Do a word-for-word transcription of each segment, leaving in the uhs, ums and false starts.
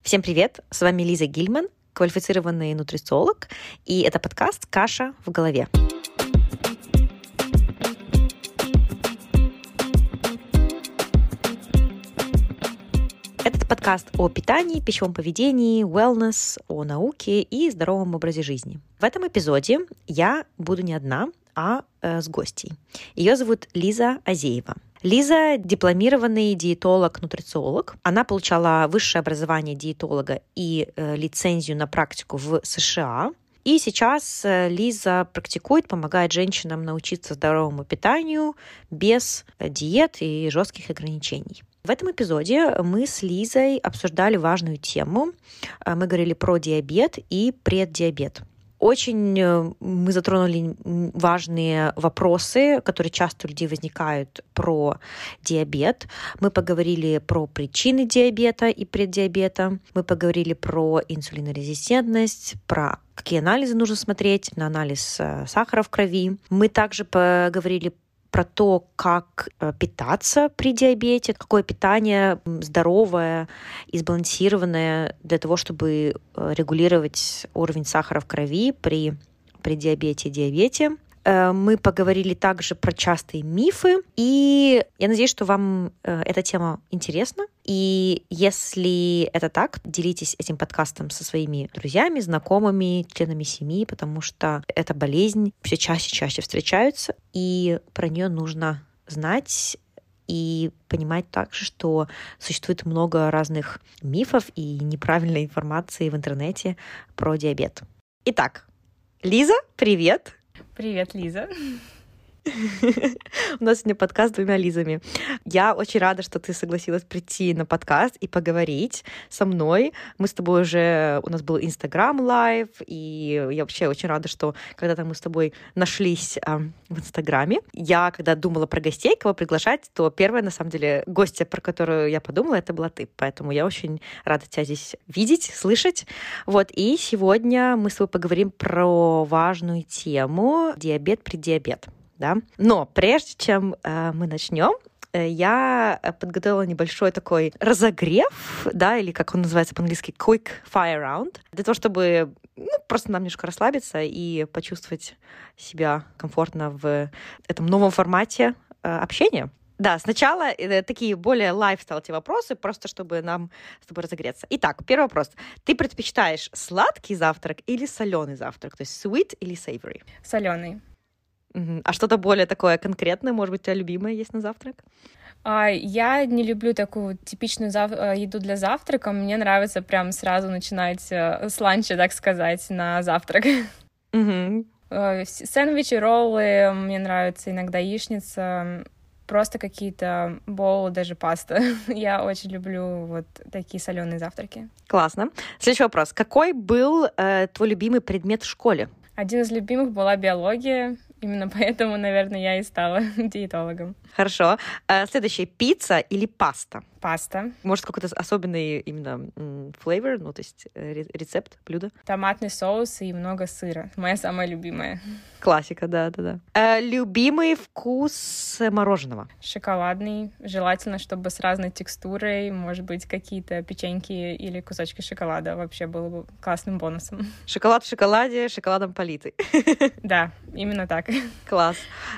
Всем привет! С вами Лиза Гильман, квалифицированный нутрициолог, и это подкаст «Каша в голове». Этот подкаст о питании, пищевом поведении, wellness, о науке и здоровом образе жизни. В этом эпизоде я буду не одна, а э, с гостьей. Ее зовут Лиза Азеева. Лиза — дипломированный диетолог-нутрициолог. Она получала высшее образование диетолога и э, лицензию на практику в США. И сейчас Лиза практикует, помогает женщинам научиться здоровому питанию без диет и жестких ограничений. В этом эпизоде мы с Лизой обсуждали важную тему. Мы говорили про диабет и преддиабет. Очень мы затронули важные вопросы, которые часто у людей возникают про диабет. Мы поговорили про причины диабета и преддиабета. Мы поговорили про инсулинорезистентность, про какие анализы нужно смотреть, на анализ сахара в крови. Мы также поговорили про то, как питаться при диабете, какое питание здоровое и сбалансированное для того, чтобы регулировать уровень сахара в крови при, при диабете и диабете. Мы поговорили также про частые мифы, и я надеюсь, что вам эта тема интересна. И если это так, делитесь этим подкастом со своими друзьями, знакомыми, членами семьи, потому что эта болезнь все чаще и чаще встречается, и про нее нужно знать и понимать также, что существует много разных мифов и неправильной информации в интернете про диабет. Итак, Лиза, привет! Привет, Лиза. У нас сегодня подкаст с двумя Лизами. Я очень рада, что ты согласилась прийти на подкаст и поговорить со мной. Мы с тобой уже... У нас был Инстаграм лайв, и я вообще очень рада, что когда-то мы с тобой нашлись а, в Инстаграме. Я, когда думала про гостей, кого приглашать, то первая, на самом деле, гостья, про которую я подумала, это была ты. Поэтому я очень рада тебя здесь видеть, слышать. Вот, и сегодня мы с тобой поговорим про важную тему — диабет, преддиабет. Да? Но прежде чем э, мы начнем, э, я подготовила небольшой такой разогрев, да, или как он называется по-английски, quick fire round, для того, чтобы ну, просто нам немножко расслабиться и почувствовать себя комфортно в этом новом формате э, общения. Да, сначала э, такие более лайфстайл вопросы, просто чтобы нам с тобой разогреться. Итак, первый вопрос. Ты предпочитаешь сладкий завтрак или соленый завтрак? То есть sweet или savory? Соленый. А что-то более такое конкретное, может быть, у тебя любимое есть на завтрак? А, я не люблю такую типичную зав... еду для завтрака. Мне нравится прям сразу начинать с ланча, так сказать, на завтрак. Mm-hmm. Сэндвичи, роллы, мне нравится иногда яичница, просто какие-то боулы, даже паста. Я очень люблю вот такие соленые завтраки. Классно. Следующий вопрос. Какой был э, твой любимый предмет в школе? Один из любимых была биология. Именно поэтому, наверное, я и стала диетологом. Хорошо. Следующее. Пицца или паста? Паста. Может, какой-то особенный именно flavor, ну, то есть рецепт, блюдо? Томатный соус и много сыра. Моя самая любимая. Классика, да-да-да. Любимый вкус мороженого? Шоколадный. Желательно, чтобы с разной текстурой. Может быть, какие-то печеньки или кусочки шоколада. Вообще было бы классным бонусом. Шоколад в шоколаде, шоколадом политый. Да, именно так. Класс.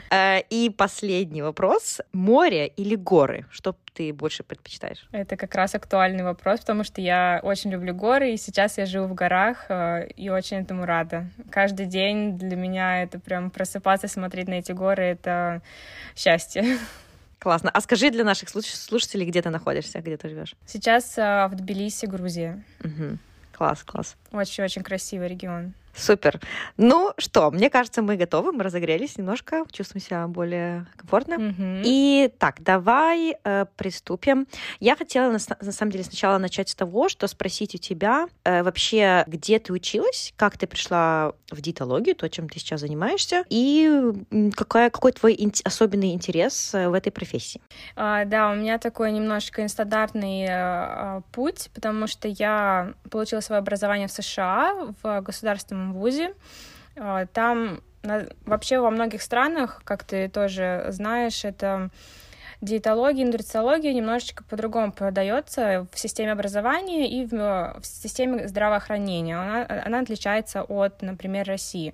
И последний вопрос. Море или горы? Что ты больше предпочитаешь? Это как раз актуальный вопрос, потому что я очень люблю горы, и сейчас я живу в горах, и очень этому рада. Каждый день для меня это прям просыпаться, смотреть на эти горы — это счастье. Классно. А скажи для наших слушателей, где ты находишься, где ты живешь? Сейчас в Тбилиси, Грузия. Угу. Класс, класс. Очень-очень красивый регион. Супер. Ну что, мне кажется, мы готовы, мы разогрелись немножко, чувствуем себя более комфортно. Mm-hmm. И так, давай э, приступим. Я хотела, на, на самом деле, сначала начать с того, что спросить у тебя э, вообще, где ты училась, как ты пришла в диетологию, то, чем ты сейчас занимаешься, и какая, какой твой ин- особенный интерес в этой профессии. Uh, да, у меня такой немножко нестандартный uh, путь, потому что я получила свое образование в США, в государственном вузе. Там вообще во многих странах, как ты тоже знаешь, это диетология и нутрициология немножечко по-другому подается в системе образования и в, в системе здравоохранения. Она, она отличается от, например, России.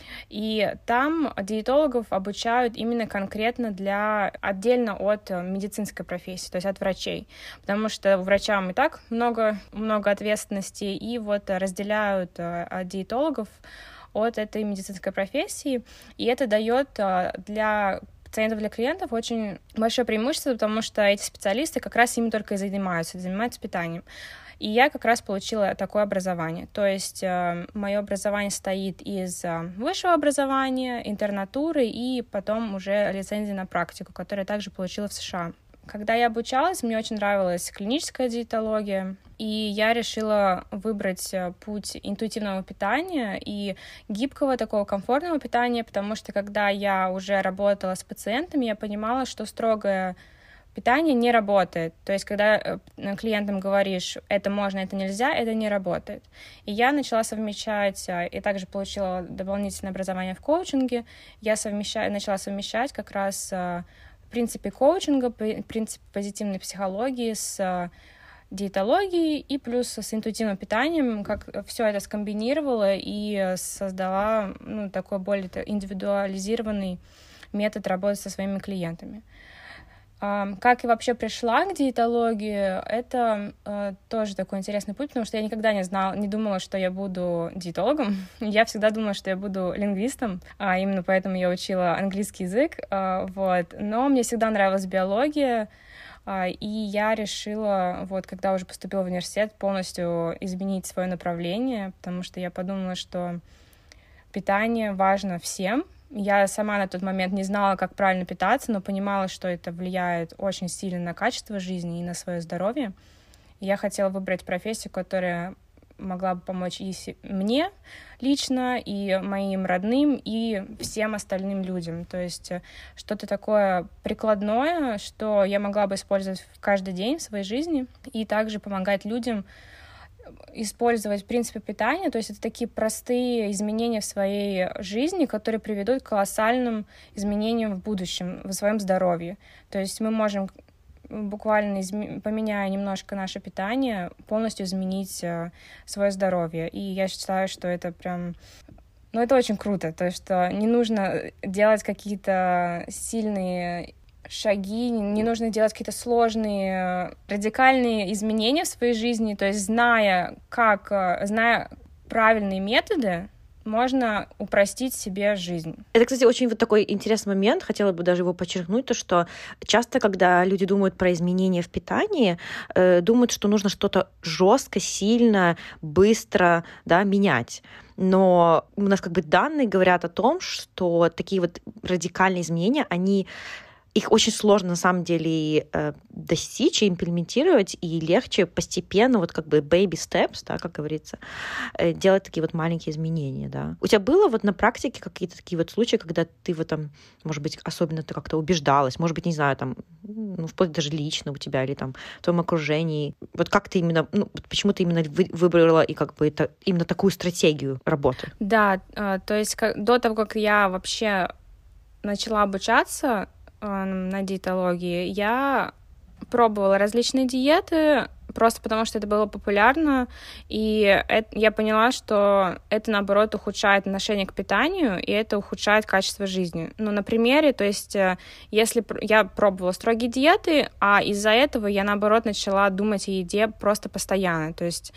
И там диетологов обучают именно конкретно для отдельно от медицинской профессии, то есть от врачей, потому что врачам и так много, много ответственности, и вот разделяют диетологов от этой медицинской профессии, и это дает для пациентов, для клиентов очень большое преимущество, потому что эти специалисты как раз ими только и занимаются, занимаются питанием. И я как раз получила такое образование. То есть э, мое образование состоит из э, высшего образования, интернатуры и потом уже лицензии на практику, которую я также получила в США. Когда я обучалась, мне очень нравилась клиническая диетология, и я решила выбрать путь интуитивного питания и гибкого такого комфортного питания, потому что когда я уже работала с пациентами, я понимала, что строгое питание не работает. То есть, когда клиентам говоришь, это можно, это нельзя, это не работает. И я начала совмещать, и также получила дополнительное образование в коучинге, я совмещаю, начала совмещать как раз принципы коучинга, принципы позитивной психологии с диетологией и плюс с интуитивным питанием, как все это скомбинировала и создала ну, такой более индивидуализированный метод работы со своими клиентами. Как я вообще пришла к диетологии, это э, тоже такой интересный путь, потому что я никогда не знала, не думала, что я буду диетологом. Я всегда думала, что я буду лингвистом, а именно поэтому я учила английский язык. Э, вот. Но мне всегда нравилась биология, э, и я решила, вот, когда уже поступила в университет, полностью изменить свое направление, потому что я подумала, что питание важно всем. Я сама на тот момент не знала, как правильно питаться, но понимала, что это влияет очень сильно на качество жизни и на свое здоровье. И я хотела выбрать профессию, которая могла бы помочь и мне лично, и моим родным, и всем остальным людям. То есть что-то такое прикладное, что я могла бы использовать каждый день в своей жизни, и также помогать людям использовать принципы питания, то есть это такие простые изменения в своей жизни, которые приведут к колоссальным изменениям в будущем, в своем здоровье. То есть мы можем буквально, изм... поменяя немножко наше питание, полностью изменить свое здоровье. И я считаю, что это прям... Ну, это очень круто, то есть что не нужно делать какие-то сильные шаги, не нужно делать какие-то сложные, радикальные изменения в своей жизни, то есть зная, как, зная правильные методы, можно упростить себе жизнь. Это, кстати, очень вот такой интересный момент, хотела бы даже его подчеркнуть, то, что часто, когда люди думают про изменения в питании, э, думают, что нужно что-то жестко, сильно, быстро, да, менять. Но у нас как бы данные говорят о том, что такие вот радикальные изменения, они их очень сложно на самом деле достичь и имплементировать, и легче постепенно, вот как бы baby steps, да, как говорится, делать такие вот маленькие изменения, да. У тебя было вот на практике какие-то такие вот случаи, когда ты в этом, может быть, особенно ты как-то убеждалась, может быть, не знаю, там, ну, вплоть даже лично у тебя или там в твоем окружении, вот как ты именно, ну, почему ты именно выбрала и как бы это, именно такую стратегию работы? Да, то есть до того, как я вообще начала обучаться на диетологии, я пробовала различные диеты, просто потому что это было популярно, и это, я поняла, что это, наоборот, ухудшает отношение к питанию, и это ухудшает качество жизни. Ну, на примере, то есть, если я пробовала строгие диеты, а из-за этого я, наоборот, начала думать о еде просто постоянно, то есть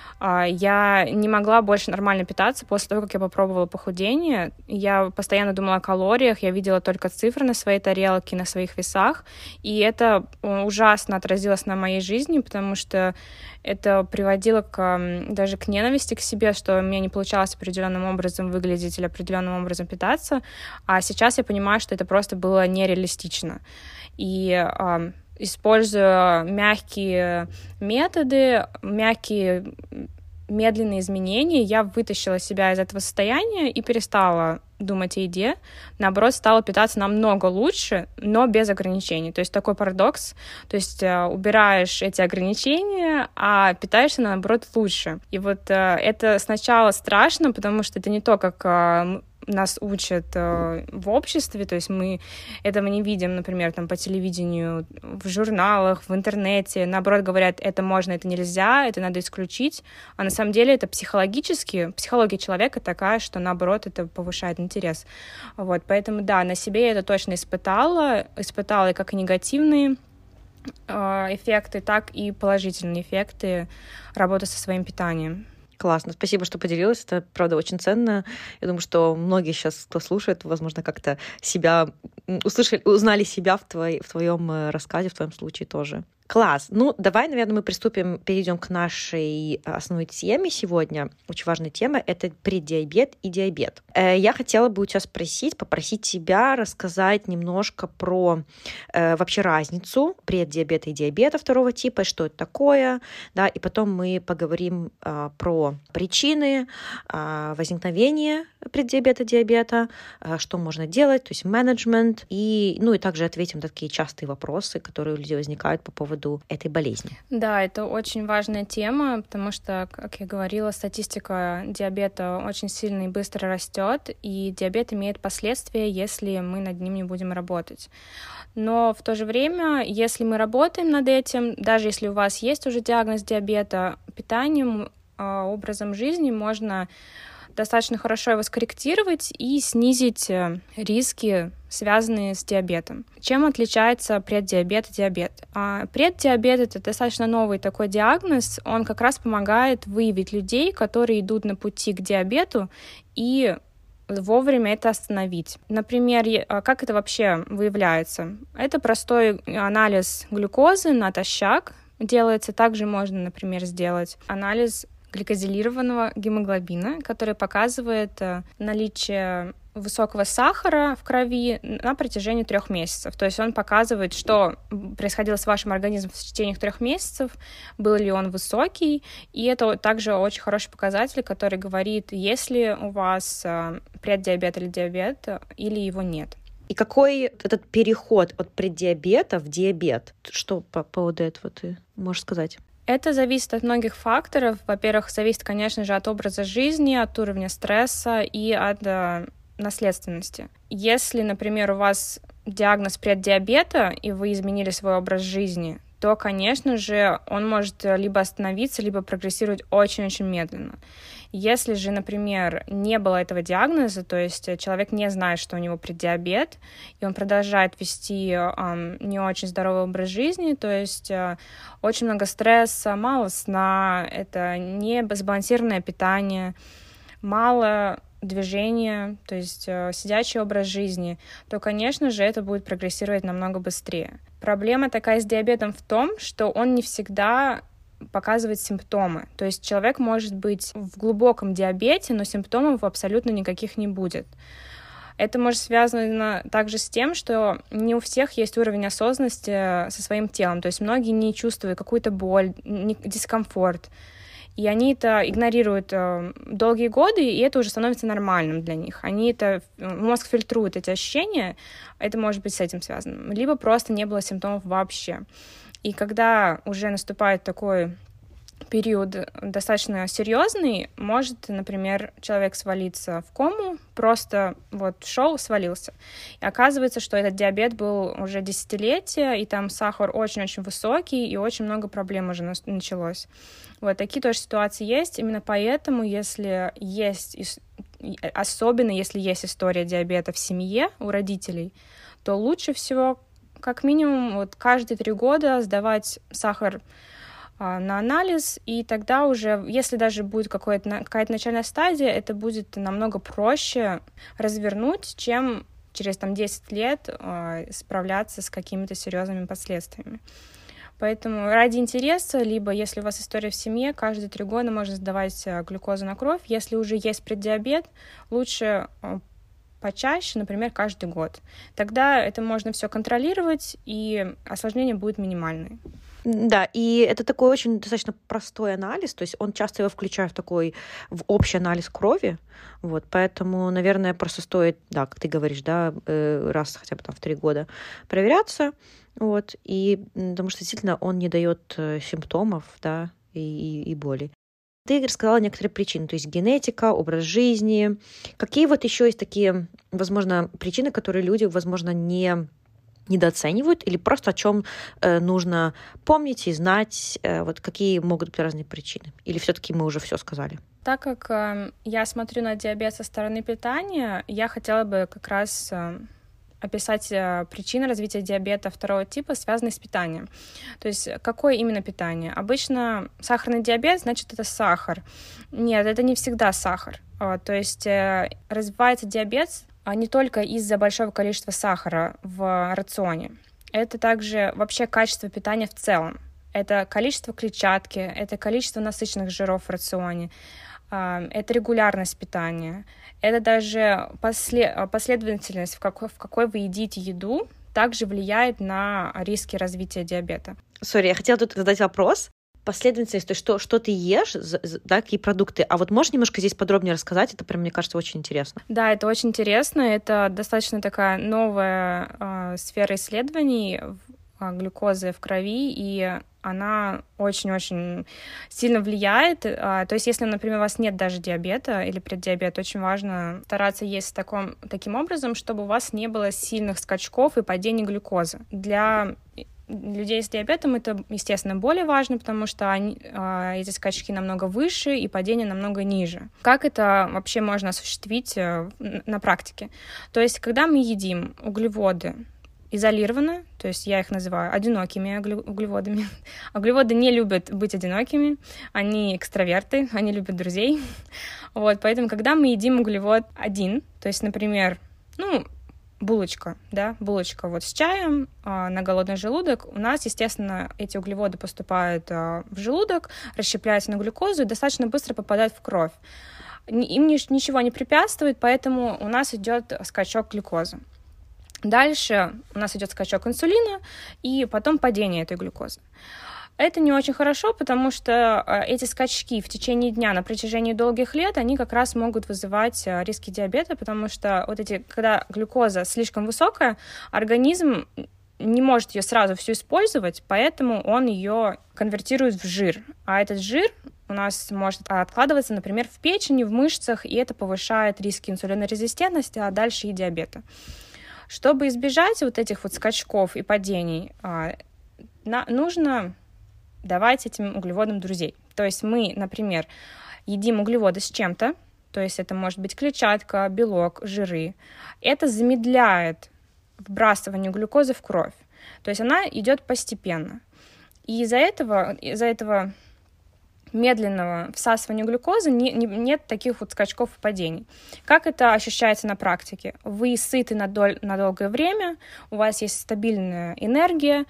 я не могла больше нормально питаться после того, как я попробовала похудение. Я постоянно думала о калориях, я видела только цифры на своей тарелке, на своих весах, и это ужасно отразилось на моей жизни, потому что это приводило к, даже к ненависти к себе, что мне не получалось определенным образом выглядеть или определенным образом питаться, а сейчас я понимаю, что это просто было нереалистично. И используя мягкие методы, мягкие медленные изменения, я вытащила себя из этого состояния и перестала думать о еде, наоборот, стала питаться намного лучше, но без ограничений. То есть такой парадокс, то есть убираешь эти ограничения, а питаешься, наоборот, лучше. И вот это сначала страшно, потому что это не то, как нас учат э, в обществе, то есть мы этого не видим, например, там по телевидению, в журналах, в интернете, наоборот, говорят, это можно, это нельзя, это надо исключить, а на самом деле это психологически, психология человека такая, что, наоборот, это повышает интерес. Вот, поэтому, да, на себе я это точно испытала, испытала как и негативные э, эффекты, так и положительные эффекты работы со своим питанием. Классно, спасибо, что поделилась. Это, правда, очень ценно. Я думаю, что многие сейчас, кто слушает, возможно, как-то себя услышали, узнали себя в, твой, в твоем рассказе, в твоем случае тоже. Класс. Ну, давай, наверное, мы приступим, перейдем к нашей основной теме сегодня. Очень важная тема — это преддиабет и диабет. Я хотела бы у тебя спросить, попросить тебя рассказать немножко про э, вообще разницу преддиабета и диабета второго типа, что это такое, да, и потом мы поговорим э, про причины э, возникновения преддиабета, диабета, э, что можно делать, то есть менеджмент, и, ну, и также ответим на такие частые вопросы, которые у людей возникают по поводу этой болезни. Да, это очень важная тема, потому что, как я говорила, статистика диабета очень сильно и быстро растет, и диабет имеет последствия, если мы над ним не будем работать. Но в то же время, если мы работаем над этим, даже если у вас есть уже диагноз диабета, питанием, образом жизни можно достаточно хорошо его скорректировать и снизить риски, связанные с диабетом. Чем отличается преддиабет и диабет? А преддиабет — это достаточно новый такой диагноз, он как раз помогает выявить людей, которые идут на пути к диабету, и вовремя это остановить. Например, как это вообще выявляется? Это простой анализ глюкозы натощак делается. Также можно, например, сделать анализ гликозилированного гемоглобина, который показывает наличие высокого сахара в крови на протяжении трех месяцев. То есть он показывает, что происходило с вашим организмом в течение трех месяцев, был ли он высокий, и это также очень хороший показатель, который говорит, есть ли у вас преддиабет или диабет, или его нет. И какой этот переход от преддиабета в диабет? Что по поводу этого ты можешь сказать? Это зависит от многих факторов. Во-первых, зависит, конечно же, от образа жизни, от уровня стресса и от э, наследственности. Если, например, у вас диагноз преддиабета, и вы изменили свой образ жизни, то, конечно же, он может либо остановиться, либо прогрессировать очень-очень медленно. Если же, например, не было этого диагноза, то есть человек не знает, что у него преддиабет, и он продолжает вести э, не очень здоровый образ жизни, то есть э, очень много стресса, мало сна, это не сбалансированное питание, мало движения, то есть э, сидячий образ жизни, то, конечно же, это будет прогрессировать намного быстрее. Проблема такая с диабетом в том, что он не всегда показывает симптомы. То есть человек может быть в глубоком диабете, но симптомов абсолютно никаких не будет. Это может связано также с тем, что не у всех есть уровень осознанности со своим телом. То есть многие не чувствуют какую-то боль, дискомфорт. И они это игнорируют э, долгие годы, и это уже становится нормальным для них. Они это, мозг фильтрует эти ощущения, это может быть с этим связано. Либо просто не было симптомов вообще. И когда уже наступает такой период достаточно серьезный, может, например, человек свалиться в кому, просто вот шел, свалился. И оказывается, что этот диабет был уже десятилетия, и там сахар очень-очень высокий, и очень много проблем уже началось. Вот такие тоже ситуации есть. Именно поэтому, если есть, особенно если есть история диабета в семье у родителей, то лучше всего как минимум вот каждые три года сдавать сахар а, на анализ, и тогда уже, если даже будет какая-то, какая-то начальная стадия, это будет намного проще развернуть, чем через там, десять лет а, справляться с какими-то серьезными последствиями. Поэтому ради интереса, либо если у вас история в семье, каждые три года можно сдавать глюкозу на кровь. Если уже есть преддиабет, лучше почаще, например, каждый год. Тогда это можно все контролировать, и осложнение будет минимальное. Да, и это такой очень достаточно простой анализ, то есть он часто его включает в такой, в общий анализ крови, вот, поэтому, наверное, просто стоит, да, как ты говоришь, да, раз хотя бы там в три года проверяться, вот, и потому что действительно он не дает симптомов, да, и, и, и боли. Ты рассказала некоторые причины, то есть генетика, образ жизни. Какие вот еще есть такие, возможно, причины, которые люди, возможно, не недооценивают, или просто о чем э, нужно помнить и знать, э, вот какие могут быть разные причины? Или все-таки мы уже все сказали? Так как э, я смотрю на диабет со стороны питания, я хотела бы как раз э, описать э, причины развития диабета второго типа, связанные с питанием. То есть какое именно питание? Обычно сахарный диабет, значит, это сахар. Нет, это не всегда сахар. Э, то есть э, развивается диабет а не только из-за большого количества сахара в рационе. Это также вообще качество питания в целом. Это количество клетчатки, это количество насыщенных жиров в рационе, это регулярность питания, это даже после... последовательность, в какой, в какой вы едите еду, также влияет на риски развития диабета. Сори, я хотела тут задать вопрос. Последовательность, то есть что, что ты ешь, да, какие продукты. А вот можешь немножко здесь подробнее рассказать? Это прям, мне кажется, очень интересно. Да, это очень интересно. Это достаточно такая новая э, сфера исследований э, глюкозы в крови, и она очень-очень сильно влияет. Э, то есть если, например, у вас нет даже диабета или преддиабета, очень важно стараться есть в таком, таким образом, чтобы у вас не было сильных скачков и падений глюкозы. Для людей с диабетом это, естественно, более важно, потому что они, э, эти скачки намного выше и падение намного ниже. Как это вообще можно осуществить э, на практике? То есть, когда мы едим углеводы изолированно, то есть я их называю одинокими углеводами. Углеводы не любят быть одинокими, они экстраверты, они любят друзей. Вот, поэтому, когда мы едим углевод один, то есть, например, ну, булочка, да, булочка вот с чаем э, на голодный желудок. У нас, естественно, эти углеводы поступают э, в желудок, расщепляются на глюкозу и достаточно быстро попадают в кровь. Им ни, ничего не препятствует, поэтому у нас идет скачок глюкозы. Дальше у нас идет скачок инсулина и потом падение этой глюкозы. Это не очень хорошо, потому что эти скачки в течение дня на протяжении долгих лет, они как раз могут вызывать риски диабета, потому что вот эти, когда глюкоза слишком высокая, организм не может ее сразу всю использовать, поэтому он ее конвертирует в жир. А этот жир у нас может откладываться, например, в печени, в мышцах, и это повышает риски инсулинорезистентности, а дальше и диабета. Чтобы избежать вот этих вот скачков и падений, нужно давать этим углеводам друзей. То есть мы, например, едим углеводы с чем-то, то есть это может быть клетчатка, белок, жиры. Это замедляет вбрасывание глюкозы в кровь. То есть она идет постепенно. И из-за этого, из-за этого медленного всасывания глюкозы не, не, нет таких вот скачков и падений. Как это ощущается на практике? Вы сыты на, доль, на долгое время, у вас есть стабильная энергия,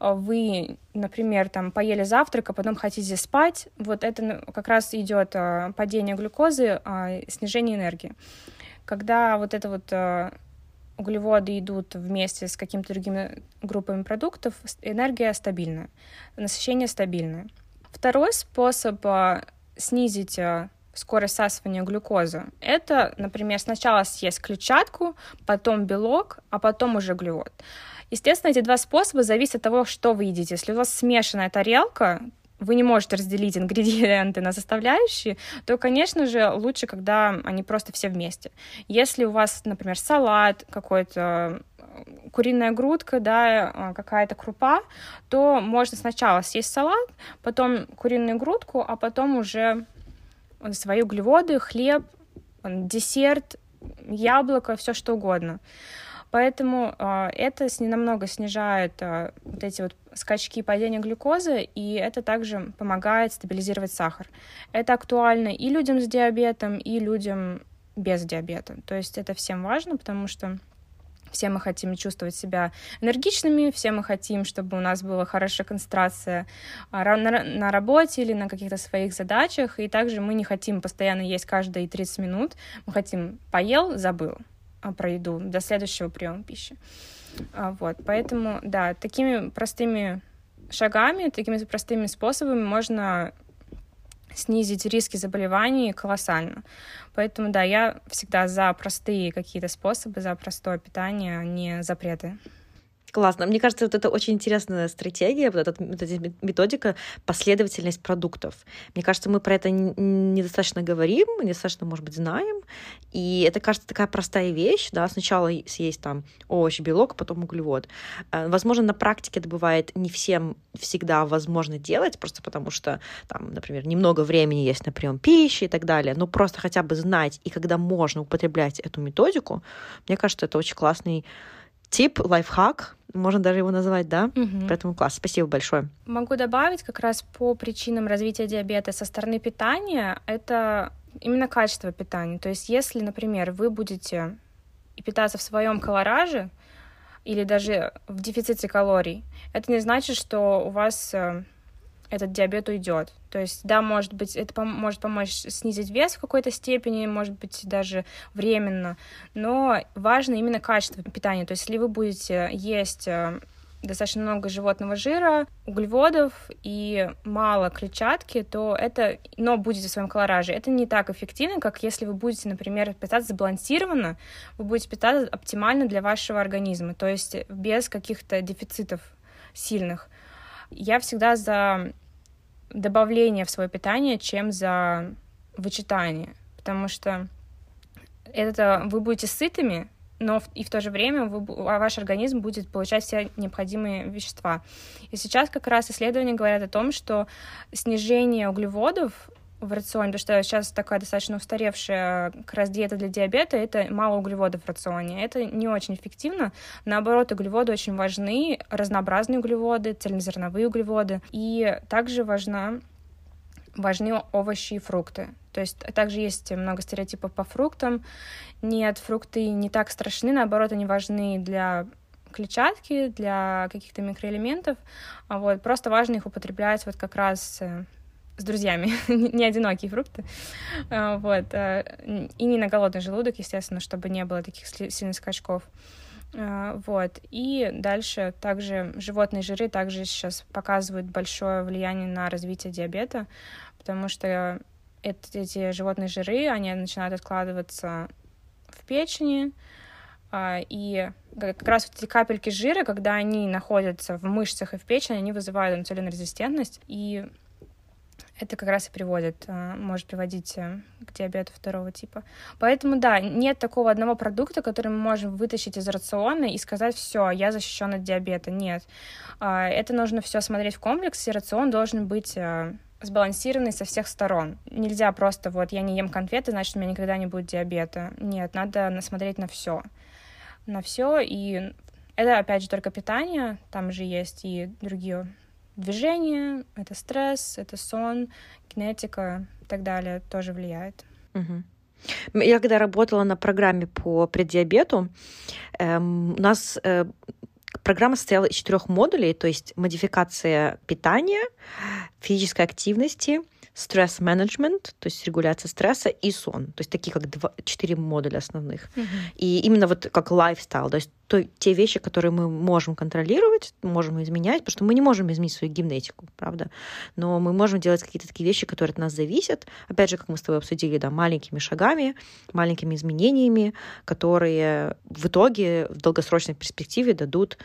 вы, например, там поели завтрак, а потом хотите спать, вот это как раз идет падение глюкозы, снижение энергии. Когда вот это вот углеводы идут вместе с какими-то другими группами продуктов, энергия стабильная, насыщение стабильное. Второй способ снизить скорость всасывания глюкозы — это, например, сначала съесть клетчатку, потом белок, а потом уже углевод. Естественно, эти два способа зависят от того, что вы едите. Если у вас смешанная тарелка, вы не можете разделить ингредиенты на составляющие, то, конечно же, лучше, когда они просто все вместе. Если у вас, например, салат, какой-то куриная грудка, да, какая-то крупа, то можно сначала съесть салат, потом куриную грудку, а потом уже свои углеводы, хлеб, десерт, яблоко, все что угодно. Поэтому э, это намного снижает э, вот эти вот скачки падения глюкозы, и это также помогает стабилизировать сахар. Это актуально и людям с диабетом, и людям без диабета. То есть это всем важно, потому что все мы хотим чувствовать себя энергичными, все мы хотим, чтобы у нас была хорошая концентрация на работе или на каких-то своих задачах, и также мы не хотим постоянно есть каждые тридцать минут, мы хотим поел, забыл про еду до следующего приема пищи. Вот, поэтому, да, такими простыми шагами, такими простыми способами можно снизить риски заболеваний колоссально. Поэтому, да, я всегда за простые какие-то способы, за простое питание, а не запреты. Классно. Мне кажется, вот это очень интересная стратегия, вот эта, вот эта методика, последовательность продуктов. Мне кажется, мы про это недостаточно говорим, недостаточно, может быть, знаем. И это, кажется, такая простая вещь, да, сначала съесть там овощ, белок, а потом углевод. Возможно, на практике это бывает не всем всегда возможно делать, просто потому что там, например, немного времени есть на прием пищи и так далее, но просто хотя бы знать, и когда можно употреблять эту методику, мне кажется, это очень классный тип, лайфхак, можно даже его назвать, да? Угу. Поэтому класс, спасибо большое. Могу добавить как раз по причинам развития диабета со стороны питания, это именно качество питания. То есть если, например, вы будете питаться в своем колораже или даже в дефиците калорий, это не значит, что у вас этот диабет уйдет. То есть, да, может быть, это пом- может помочь снизить вес в какой-то степени, может быть, даже временно, но важно именно качество питания. То есть, если вы будете есть достаточно много животного жира, углеводов и мало клетчатки, то это, но будете в своем колораже, это не так эффективно, как если вы будете, например, питаться сбалансированно, вы будете питаться оптимально для вашего организма, то есть без каких-то дефицитов сильных. Я всегда за добавление в свое питание, чем за вычитание, потому что это вы будете сытыми, но и в то же время вы, ваш организм будет получать все необходимые вещества. И сейчас как раз исследования говорят о том, что снижение углеводов в рационе, потому что сейчас такая достаточно устаревшая как раз диета для диабета, это мало углеводов в рационе. Это не очень эффективно. Наоборот, углеводы очень важны, разнообразные углеводы, цельнозерновые углеводы. И также важна, важны овощи и фрукты. То есть также есть много стереотипов по фруктам. Нет, фрукты не так страшны, наоборот, они важны для клетчатки, для каких-то микроэлементов. А вот, просто важно их употреблять вот как раз с друзьями, не одинокие фрукты, вот, и не на голодный желудок, естественно, чтобы не было таких сильных скачков, вот, и дальше также животные жиры также сейчас показывают большое влияние на развитие диабета, потому что эти животные жиры, они начинают откладываться в печени, и как раз вот эти капельки жира, когда они находятся в мышцах и в печени, они вызывают инсулинорезистентность, и это как раз и приводит, может приводить к диабету второго типа. Поэтому, да, нет такого одного продукта, который мы можем вытащить из рациона и сказать: все, я защищен от диабета. Нет. Это нужно все смотреть в комплексе, рацион должен быть сбалансированный со всех сторон. Нельзя просто вот я не ем конфеты, значит, у меня никогда не будет диабета. Нет, надо смотреть на все. На все, и это, опять же, только питание, там же есть и другие движение, это стресс, это сон, генетика и так далее тоже влияет. Угу. Я когда работала на программе по преддиабету, эм, у нас э, программа состояла из четырех модулей, то есть модификация питания, физической активности, стресс-менеджмент, то есть регуляция стресса, и сон. То есть такие как два, четыре модуля основных. Uh-huh. И именно вот как лайфстайл, то есть то, те вещи, которые мы можем контролировать, можем изменять, потому что мы не можем изменить свою генетику, правда? Но мы можем делать какие-то такие вещи, которые от нас зависят. Опять же, как мы с тобой обсудили, да, маленькими шагами, маленькими изменениями, которые в итоге в долгосрочной перспективе дадут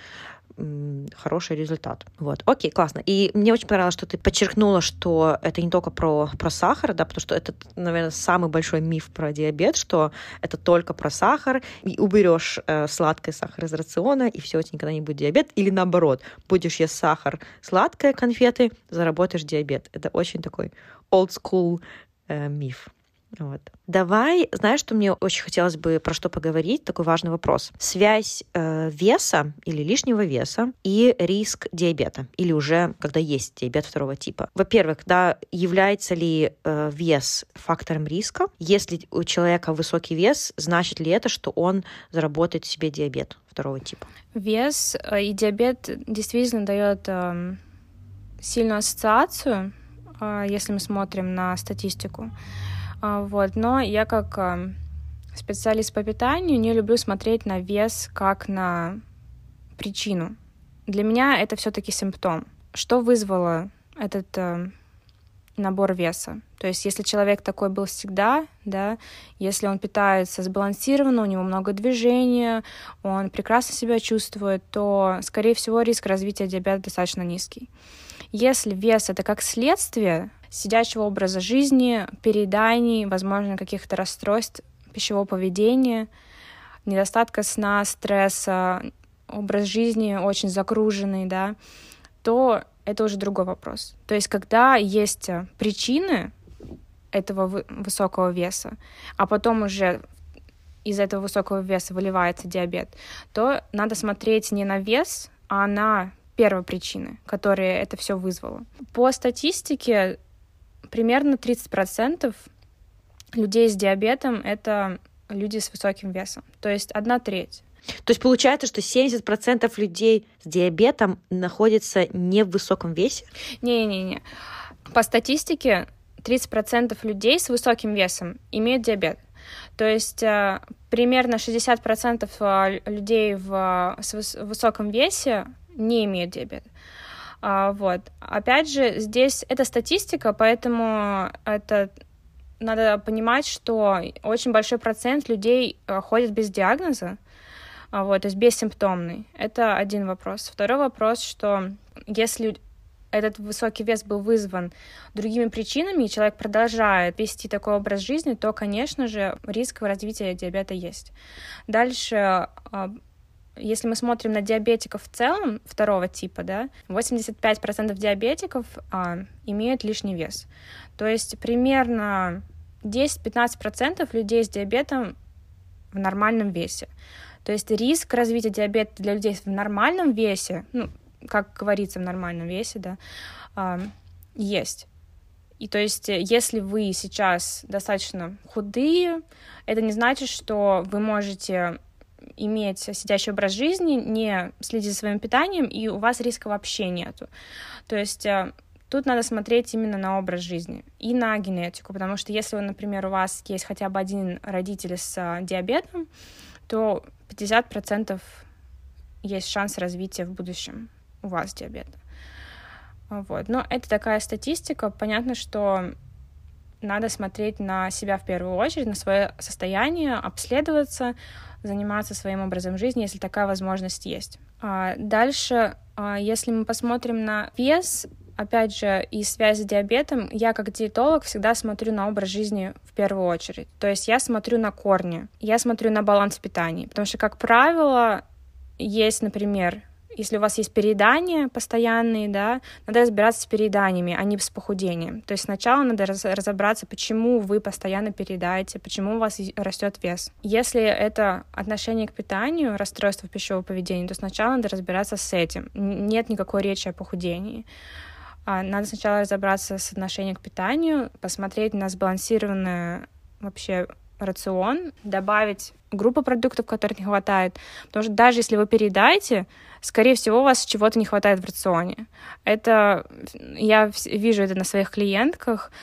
хороший результат. Вот. Окей, классно. И мне очень понравилось, что ты подчеркнула, что это не только про, про сахар, да, потому что это, наверное, самый большой миф про диабет, что это только про сахар, и уберешь э, сладкий сахар из рациона, и все, у тебя никогда не будет диабет. Или наоборот, будешь есть сахар, сладкие конфеты, заработаешь диабет. Это очень такой old school э, миф. Вот. Давай, знаешь, что мне очень хотелось бы про что поговорить, такой важный вопрос. Связь э, веса или лишнего веса и риск диабета, или уже когда есть диабет второго типа. Во-первых, да, является ли э, вес фактором риска? Если у человека высокий вес, значит ли это, что он заработает себе диабет второго типа? Вес и диабет действительно дает э, сильную ассоциацию, э, если мы смотрим на статистику. Вот. Но я как специалист по питанию не люблю смотреть на вес как на причину. Для меня это все-таки симптом. Что вызвало этот, набор веса. То есть если человек такой был всегда, да, если он питается сбалансированно, у него много движения, он прекрасно себя чувствует, то, скорее всего, риск развития диабета достаточно низкий. Если вес — это как следствие сидячего образа жизни, перееданий, возможно, каких-то расстройств пищевого поведения, недостатка сна, стресса, образ жизни очень загруженный, да, то это уже другой вопрос. То есть когда есть причины этого высокого веса, а потом уже из этого высокого веса выливается диабет, то надо смотреть не на вес, а на первопричины, которые это все вызвало. По статистике, примерно тридцать процентов людей с диабетом — это люди с высоким весом, то есть одна треть. То есть получается, что семьдесят процентов людей с диабетом находятся не в высоком весе? Не-не-не. По статистике тридцать процентов людей с высоким весом имеют диабет. То есть э, примерно шестьдесят процентов людей в, с высоком весе не имеют диабет. А, вот. Опять же, здесь это статистика, поэтому это... надо понимать, что очень большой процент людей ходит без диагноза, вот, то есть бессимптомный. Это один вопрос. Второй вопрос, что если этот высокий вес был вызван другими причинами, и человек продолжает вести такой образ жизни, то, конечно же, риск развития диабета есть. Дальше, если мы смотрим на диабетиков в целом второго типа, да, восемьдесят пять процентов диабетиков а, имеют лишний вес. То есть примерно десять-пятнадцать процентов людей с диабетом в нормальном весе. То есть риск развития диабета для людей в нормальном весе, ну, как говорится, в нормальном весе, да, а, есть. И то есть если вы сейчас достаточно худые, это не значит, что вы можете иметь сидячий образ жизни, не следить за своим питанием, и у вас риска вообще нету. То есть тут надо смотреть именно на образ жизни и на генетику, потому что если, например, у вас есть хотя бы один родитель с диабетом, то пятьдесят процентов есть шанс развития в будущем у вас диабета. Вот. Но это такая статистика. Понятно, что надо смотреть на себя в первую очередь, на свое состояние, обследоваться, заниматься своим образом жизни, если такая возможность есть. Дальше, если мы посмотрим на вес, опять же, и связь с диабетом, я как диетолог всегда смотрю на образ жизни в первую очередь. То есть я смотрю на корни, я смотрю на баланс питания, потому что, как правило, есть, например, если у вас есть переедания постоянные, да, надо разбираться с перееданиями, а не с похудением. То есть сначала надо раз- разобраться, почему вы постоянно переедаете, почему у вас растет вес. Если это отношение к питанию, расстройство пищевого поведения, то сначала надо разбираться с этим. Нет никакой речи о похудении. Надо сначала разобраться с отношением к питанию, посмотреть на сбалансированный вообще рацион, добавить группу продуктов, которых не хватает. Потому что даже если вы переедаете, скорее всего, у вас чего-то не хватает в рационе. Это я вижу это на своих клиентках.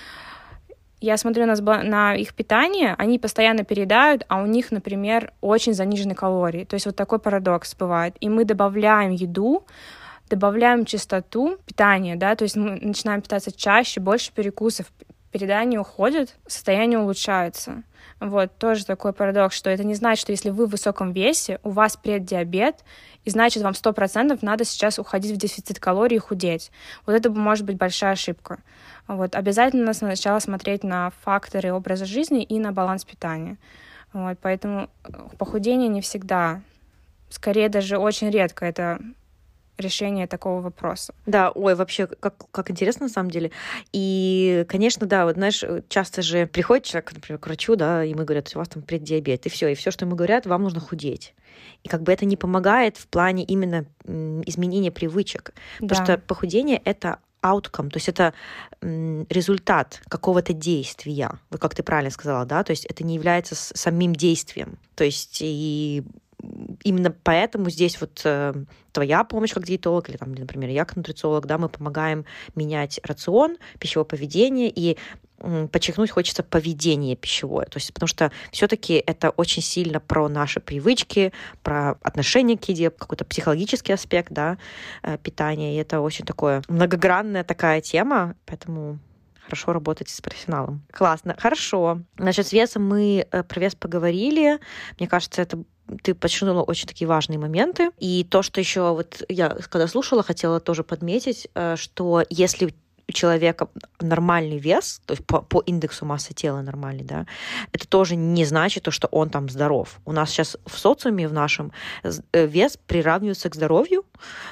Я смотрю на, на их питание, они постоянно переедают, а у них, например, очень занижены калории. То есть вот такой парадокс бывает. И мы добавляем еду, добавляем частоту питания, да, то есть мы начинаем питаться чаще, больше перекусов, переедание уходит, состояние улучшается. Вот, тоже такой парадокс, что это не значит, что если вы в высоком весе, у вас преддиабет, и значит, вам сто процентов надо сейчас уходить в дефицит калорий и худеть. Вот это может быть большая ошибка. Вот, обязательно надо сначала смотреть на факторы образа жизни и на баланс питания. Вот, поэтому похудение не всегда, скорее даже очень редко это решение такого вопроса. Да, ой, вообще, как, как интересно на самом деле. И, конечно, да, вот знаешь, часто же приходит человек, например, к врачу, да, и мы говорят, у вас там преддиабет, и все, и все, что ему говорят, вам нужно худеть. И как бы это не помогает в плане именно изменения привычек. Да. Потому что похудение — это outcome, то есть это результат какого-то действия. Вот как ты правильно сказала, да, то есть это не является самим действием. То есть и именно поэтому здесь вот э, твоя помощь как диетолог, или, там, например, я как нутрициолог, да, мы помогаем менять рацион, пищевое поведение, и э, подчеркнуть хочется поведение пищевое. То есть, потому что все-таки это очень сильно про наши привычки, про отношение к еде, какой-то психологический аспект, да, э, питания, и это очень такое многогранная такая тема, поэтому хорошо работать с профессионалом. Классно, хорошо. Значит, с весом мы про вес поговорили. Мне кажется, это ты подчеркнула очень такие важные моменты. И то, что еще вот я, когда слушала, хотела тоже подметить, что если у человека нормальный вес, то есть по, по индексу массы тела нормальный, да, это тоже не значит, то, что он там здоров. У нас сейчас в социуме, в нашем, вес приравнивается к здоровью,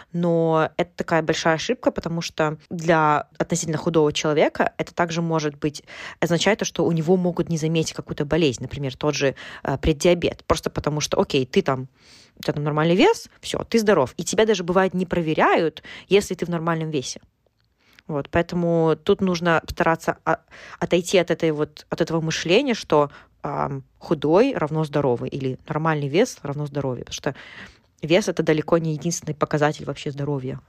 но это такая большая ошибка, потому что для относительно худого человека это также может быть, означает то, что у него могут не заметить какую-то болезнь, например, тот же э, преддиабет, просто потому что, окей, ты там у тебя там нормальный вес, все, ты здоров. И тебя даже, бывает, не проверяют, если ты в нормальном весе. Вот, поэтому тут нужно стараться отойти от, этой вот, от этого мышления, что э, худой равно здоровый или нормальный вес равно здоровье, потому что вес — это далеко не единственный показатель вообще здоровья.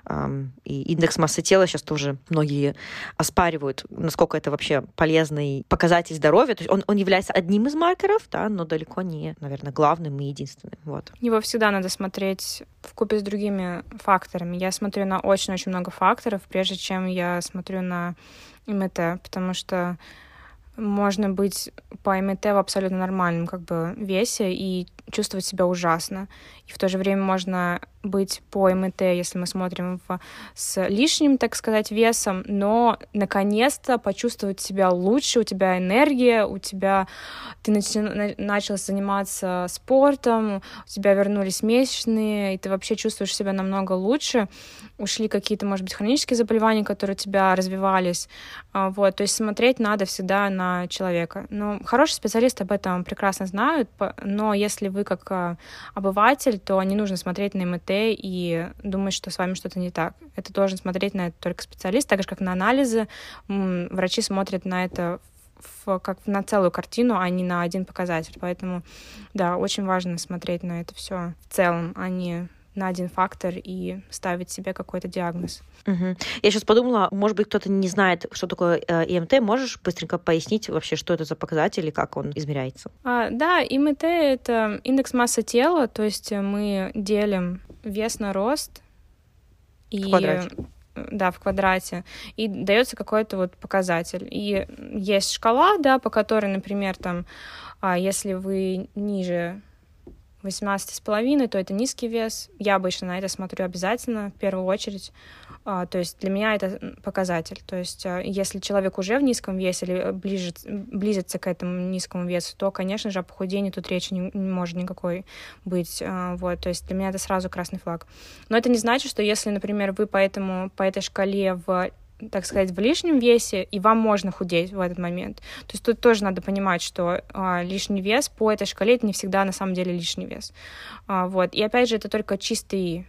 И индекс массы тела сейчас тоже многие оспаривают, насколько это вообще полезный показатель здоровья. То есть он, он является одним из маркеров, да, но далеко не, наверное, главным и единственным. Вот. Его всегда надо смотреть вкупе с другими факторами. Я смотрю на очень-очень много факторов, прежде чем я смотрю на МТ, потому что можно быть по МТ в абсолютно нормальном как бы весе и чувствовать себя ужасно. И в то же время можно быть по МТ, если мы смотрим в, с лишним, так сказать, весом, но наконец-то почувствовать себя лучше, у тебя энергия, у тебя ты начи- начал заниматься спортом, у тебя вернулись месячные, и ты вообще чувствуешь себя намного лучше. Ушли какие-то, может быть, хронические заболевания, которые у тебя развивались. Вот. То есть смотреть надо всегда на человека. Но хорошие специалисты об этом прекрасно знают, но если вы как обыватель, то не нужно смотреть на МТ и думать, что с вами что-то не так. Это должен смотреть на это только специалист, так же, как на анализы. Врачи смотрят на это в, как на целую картину, а не на один показатель. Поэтому, да, очень важно смотреть на это все в целом, а не на один фактор и ставить себе какой-то диагноз. Угу. Я сейчас подумала, может быть, кто-то не знает, что такое э, ИМТ. Можешь быстренько пояснить вообще, что это за показатель и как он измеряется? А, да, ИМТ — это индекс массы тела, то есть мы делим вес на рост. И, в квадрате. Да, в квадрате. И дается какой-то вот показатель. И есть шкала, да, по которой, например, там, если вы ниже восемнадцать с половиной, то это низкий вес. Я обычно на это смотрю обязательно, в первую очередь. А, то есть для меня это показатель. То есть если человек уже в низком весе или ближет, близится к этому низкому весу, то, конечно же, о похудении тут речи не, не может никакой быть. А, вот, то есть для меня это сразу красный флаг. Но это не значит, что если, например, вы по, этому, по этой шкале в так сказать, в лишнем весе, и вам можно худеть в этот момент. То есть тут тоже надо понимать, что а, лишний вес по этой шкале это не всегда на самом деле лишний вес. А, вот. И опять же, это только чистый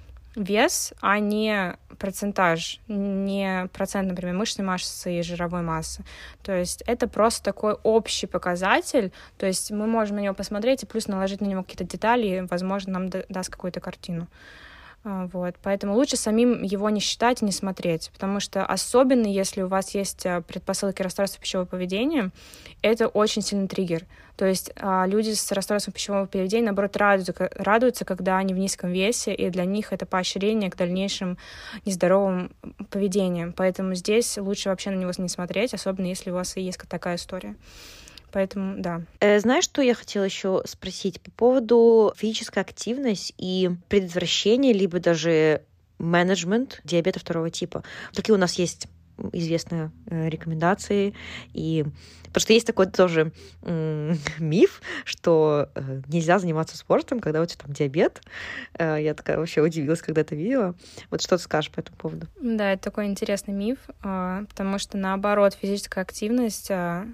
вес, а не процентаж, не процент, например, мышечной массы и жировой массы. То есть это просто такой общий показатель, то есть мы можем на него посмотреть и плюс наложить на него какие-то детали, и, возможно, нам даст какую-то картину. Вот. Поэтому лучше самим его не считать и не смотреть, потому что особенно если у вас есть предпосылки расстройства пищевого поведения, это очень сильный триггер. То есть люди с расстройством пищевого поведения, наоборот, радуются, радуются, когда они в низком весе, и для них это поощрение к дальнейшим нездоровым поведениям. Поэтому здесь лучше вообще на него не смотреть, особенно если у вас и есть такая история. Поэтому, да. Знаешь, что я хотела еще спросить по поводу физической активности и предотвращения, либо даже менеджмент диабета второго типа? Какие у нас есть известные рекомендации? И просто есть такой тоже м- миф, что нельзя заниматься спортом, когда у тебя там диабет. Я такая вообще удивилась, когда это видела. Вот что ты скажешь по этому поводу? Да, это такой интересный миф, потому что, наоборот, физическая активность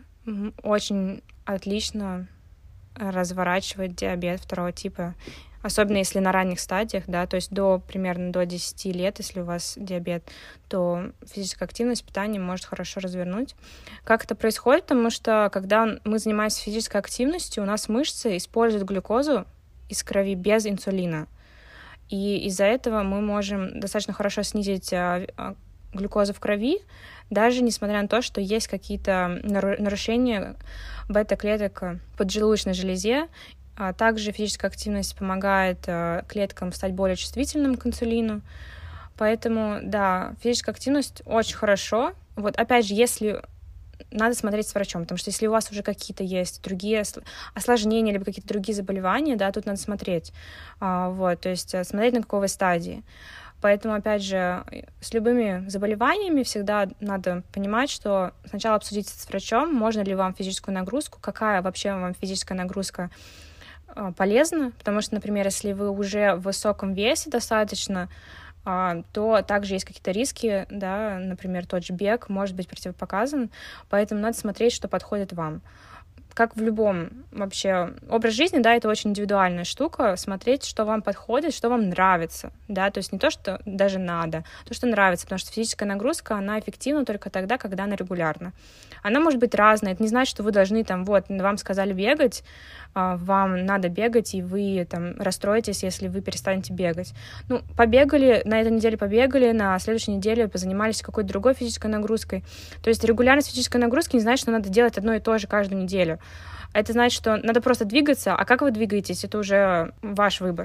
очень отлично разворачивает диабет второго типа, особенно если на ранних стадиях, да, то есть до примерно до десяти лет, если у вас диабет, то физическая активность, питание может хорошо развернуть. Как это происходит? Потому что когда мы занимаемся физической активностью, у нас мышцы используют глюкозу из крови без инсулина, и из-за этого мы можем достаточно хорошо снизить глюкозу в крови, даже несмотря на то, что есть какие-то нарушения бета-клеток в поджелудочной железе. А также физическая активность помогает клеткам стать более чувствительным к инсулину. Поэтому, да, физическая активность очень хорошо. вот опять же, если надо смотреть с врачом, потому что если у вас уже какие-то есть другие осложнения либо какие-то другие заболевания, да, тут надо смотреть, вот, то есть смотреть на какой стадии. Поэтому, опять же, с любыми заболеваниями всегда надо понимать, что сначала обсудить с врачом, можно ли вам физическую нагрузку, какая вообще вам физическая нагрузка полезна, потому что, например, если вы уже в высоком весе достаточно, то также есть какие-то риски, да, например, тот же бег может быть противопоказан, поэтому надо смотреть, что подходит вам. Как в любом вообще образ жизни, да, это очень индивидуальная штука, смотреть, что вам подходит, что вам нравится, да, то есть не то, что даже надо, то, что нравится, потому что физическая нагрузка, она эффективна только тогда, когда она регулярна. Она может быть разная, это не значит, что вы должны там, вот, вам сказали бегать, вам надо бегать, и вы там расстроитесь, если вы перестанете бегать. Ну, побегали, на этой неделе побегали, на следующей неделе позанимались какой-то другой физической нагрузкой. То есть регулярность физической нагрузки не значит, что надо делать одно и то же каждую неделю. Это значит, что надо просто двигаться, а как вы двигаетесь, это уже ваш выбор.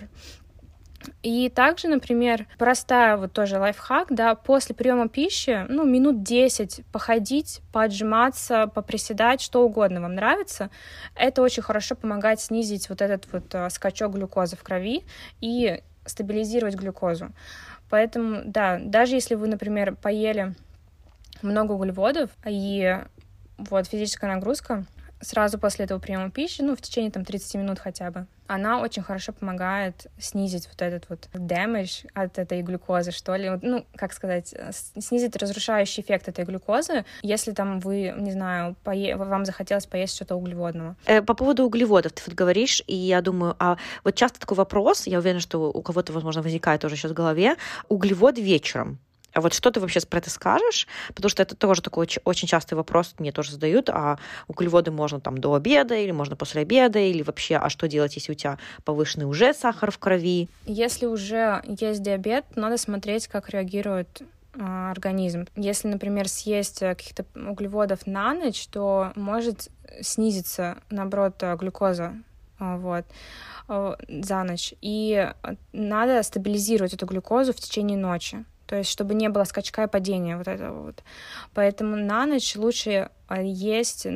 И также, например, простая вот тоже лайфхак, да, после приема пищи, ну, минут десять походить, поотжиматься, поприседать, что угодно вам нравится, это очень хорошо помогает снизить вот этот вот скачок глюкозы в крови и стабилизировать глюкозу. Поэтому, да, даже если вы, например, поели много углеводов и вот физическая нагрузка, сразу после этого приема пищи, ну, в течение там тридцати минут хотя бы, она очень хорошо помогает снизить вот этот вот damage от этой глюкозы, что ли, ну, как сказать, снизить разрушающий эффект этой глюкозы, если там вы, не знаю, пое... вам захотелось поесть что-то углеводного. По поводу углеводов ты вот говоришь, и я думаю, а вот часто такой вопрос, я уверена, что у кого-то, возможно, возникает тоже сейчас в голове, углевод вечером. А вот что ты вообще про это скажешь? Потому что это тоже такой очень частый вопрос, мне тоже задают, а углеводы можно там до обеда, или можно после обеда, или вообще, а что делать, если у тебя повышенный уже сахар в крови? Если уже есть диабет, надо смотреть, как реагирует э, организм. Если, например, съесть каких-то углеводов на ночь, то может снизиться, наоборот, глюкоза, э, вот, э, за ночь. И надо стабилизировать эту глюкозу в течение ночи. То есть, чтобы не было скачка и падения вот этого вот. Поэтому на ночь лучше есть...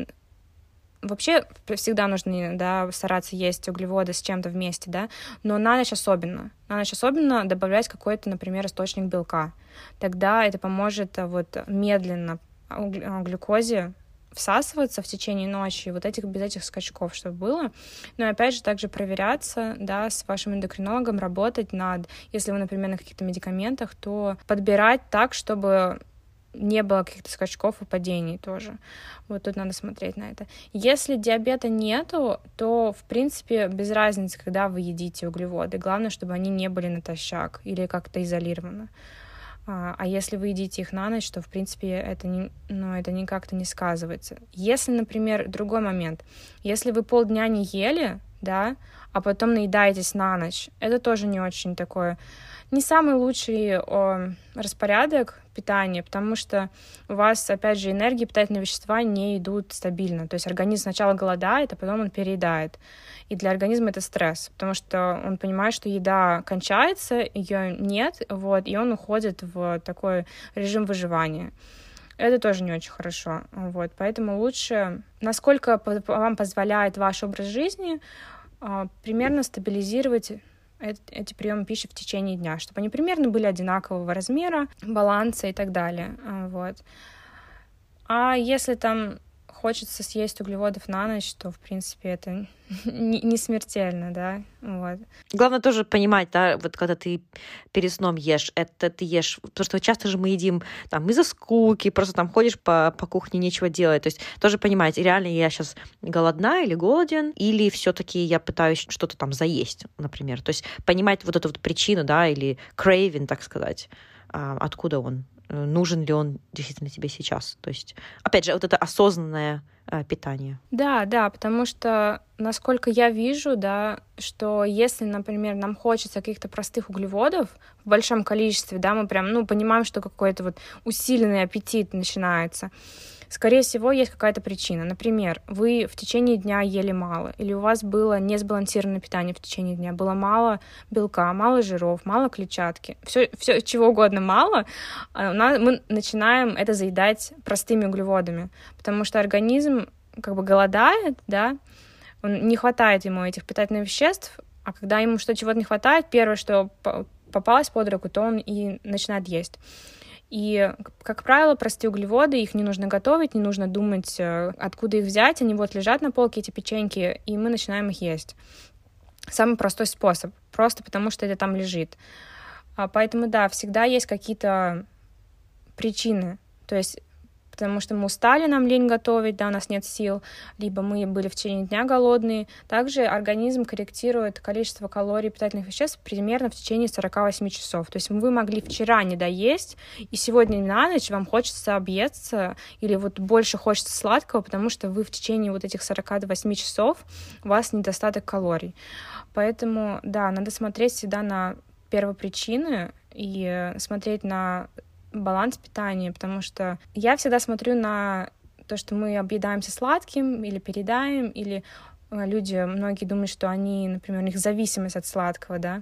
Вообще всегда нужно, да, стараться есть углеводы с чем-то вместе, да, но на ночь особенно. На ночь особенно добавлять какой-то, например, источник белка. Тогда это поможет вот медленно глюкозе всасываться в течение ночи, вот этих, без этих скачков, чтобы было. Но и опять же, также проверяться, да, с вашим эндокринологом, работать над, если вы, например, на каких-то медикаментах, то подбирать так, чтобы не было каких-то скачков и падений тоже. Вот тут надо смотреть на это. Если диабета нету, то, в принципе, без разницы, когда вы едите углеводы. Главное, чтобы они не были натощак или как-то изолированы. А если вы едите их на ночь, то, в принципе, это, не, ну, это никак-то не сказывается. Если, например, другой момент. Если вы полдня не ели, да, а потом наедаетесь на ночь, это тоже не очень такое... Не самый лучший о, распорядок питания, потому что у вас, опять же, энергии, питательные вещества не идут стабильно. То есть организм сначала голодает, а потом он переедает. И для организма это стресс, потому что он понимает, что еда кончается, ее нет, вот, и он уходит в такой режим выживания. Это тоже не очень хорошо. Вот, поэтому лучше, насколько вам позволяет ваш образ жизни, примерно стабилизировать эти приемы пищи в течение дня, чтобы они примерно были одинакового размера, баланса и так далее. Вот. А если там хочется съесть углеводов на ночь, то, в принципе, это не смертельно, да, вот. Главное тоже понимать, да, вот когда ты перед сном ешь, это ты ешь, потому что часто же мы едим там из-за скуки, просто там ходишь по, по кухне, нечего делать, то есть тоже понимать, реально я сейчас голодна или голоден, или все-таки я пытаюсь что-то там заесть, например, то есть понимать вот эту вот причину, да, или craving, так сказать, откуда он, нужен ли он действительно тебе сейчас. То есть, опять же, вот это осознанное э, питание. Да, да, потому что, насколько я вижу, да, что если, например, нам хочется каких-то простых углеводов в большом количестве, да, мы прям, ну, понимаем, что какой-то вот усиленный аппетит начинается, скорее всего, есть какая-то причина. Например, вы в течение дня ели мало, или у вас было несбалансированное питание в течение дня, было мало белка, мало жиров, мало клетчатки, все, все чего угодно мало, мы начинаем это заедать простыми углеводами, потому что организм как бы голодает, да, он, не хватает ему этих питательных веществ, а когда ему что чего-то не хватает, первое, что попалось под руку, то он и начинает есть. И, как правило, простые углеводы, их не нужно готовить, не нужно думать, откуда их взять, они вот лежат на полке, эти печеньки, и мы начинаем их есть. Самый простой способ, просто потому что это там лежит. Поэтому, да, всегда есть какие-то причины, то есть потому что мы устали, нам лень готовить, да, у нас нет сил, либо мы были в течение дня голодные. Также организм корректирует количество калорий и питательных веществ примерно в течение сорок восемь часов. То есть вы могли вчера не доесть, и сегодня на ночь вам хочется объесться, или вот больше хочется сладкого, потому что вы в течение вот этих сорок восемь часов у вас недостаток калорий. Поэтому, да, надо смотреть всегда на первопричины и смотреть на баланс питания, потому что я всегда смотрю на то, что мы объедаемся сладким или переедаем, или люди, многие думают, что они, например, у них зависимость от сладкого, да,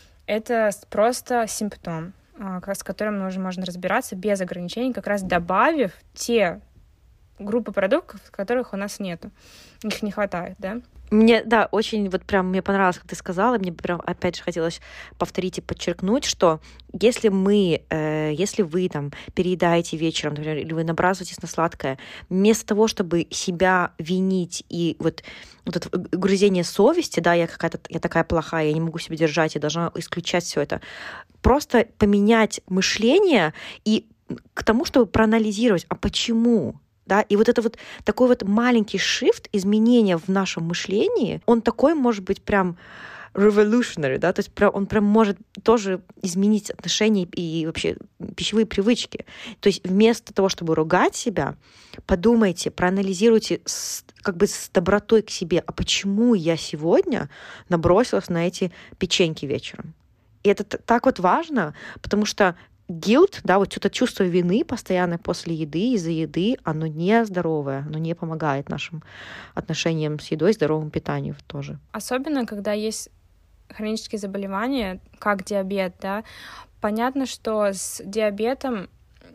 это просто симптом, с которым нужно, можно разбираться без ограничений, как раз добавив те группы продуктов, которых у нас нету, их не хватает, да. Мне, да, очень вот прям мне понравилось, как ты сказала, мне прям опять же хотелось повторить и подчеркнуть, что если мы, э, если вы там переедаете вечером, например, или вы набрасываетесь на сладкое, вместо того, чтобы себя винить и вот, вот это угрызение совести, да, я какая-то, я такая плохая, я не могу себя держать, я должна исключать все это, просто поменять мышление и к тому, чтобы проанализировать, а почему? Да, и вот это вот такой вот маленький шифт, изменения в нашем мышлении, он такой может быть прям revolutionary, да, то есть он прям может тоже изменить отношения и вообще пищевые привычки. То есть вместо того, чтобы ругать себя, подумайте, проанализируйте с, как бы с добротой к себе, а почему я сегодня набросилась на эти печеньки вечером. И это так вот важно, потому что guilt, да, вот это чувство вины постоянно после еды, из-за еды, оно не здоровое, оно не помогает нашим отношениям с едой, здоровому питанию тоже. Особенно, когда есть хронические заболевания, как диабет, да, понятно, что с диабетом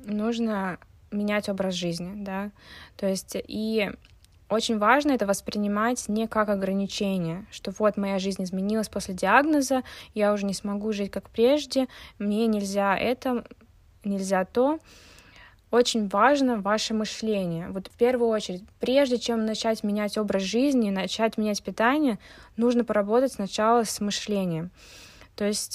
нужно менять образ жизни, да, то есть и очень важно это воспринимать не как ограничение, что вот моя жизнь изменилась после диагноза, я уже не смогу жить как прежде, мне нельзя это, нельзя то. Очень важно ваше мышление. Вот в первую очередь, прежде чем начать менять образ жизни, начать менять питание, нужно поработать сначала с мышлением. То есть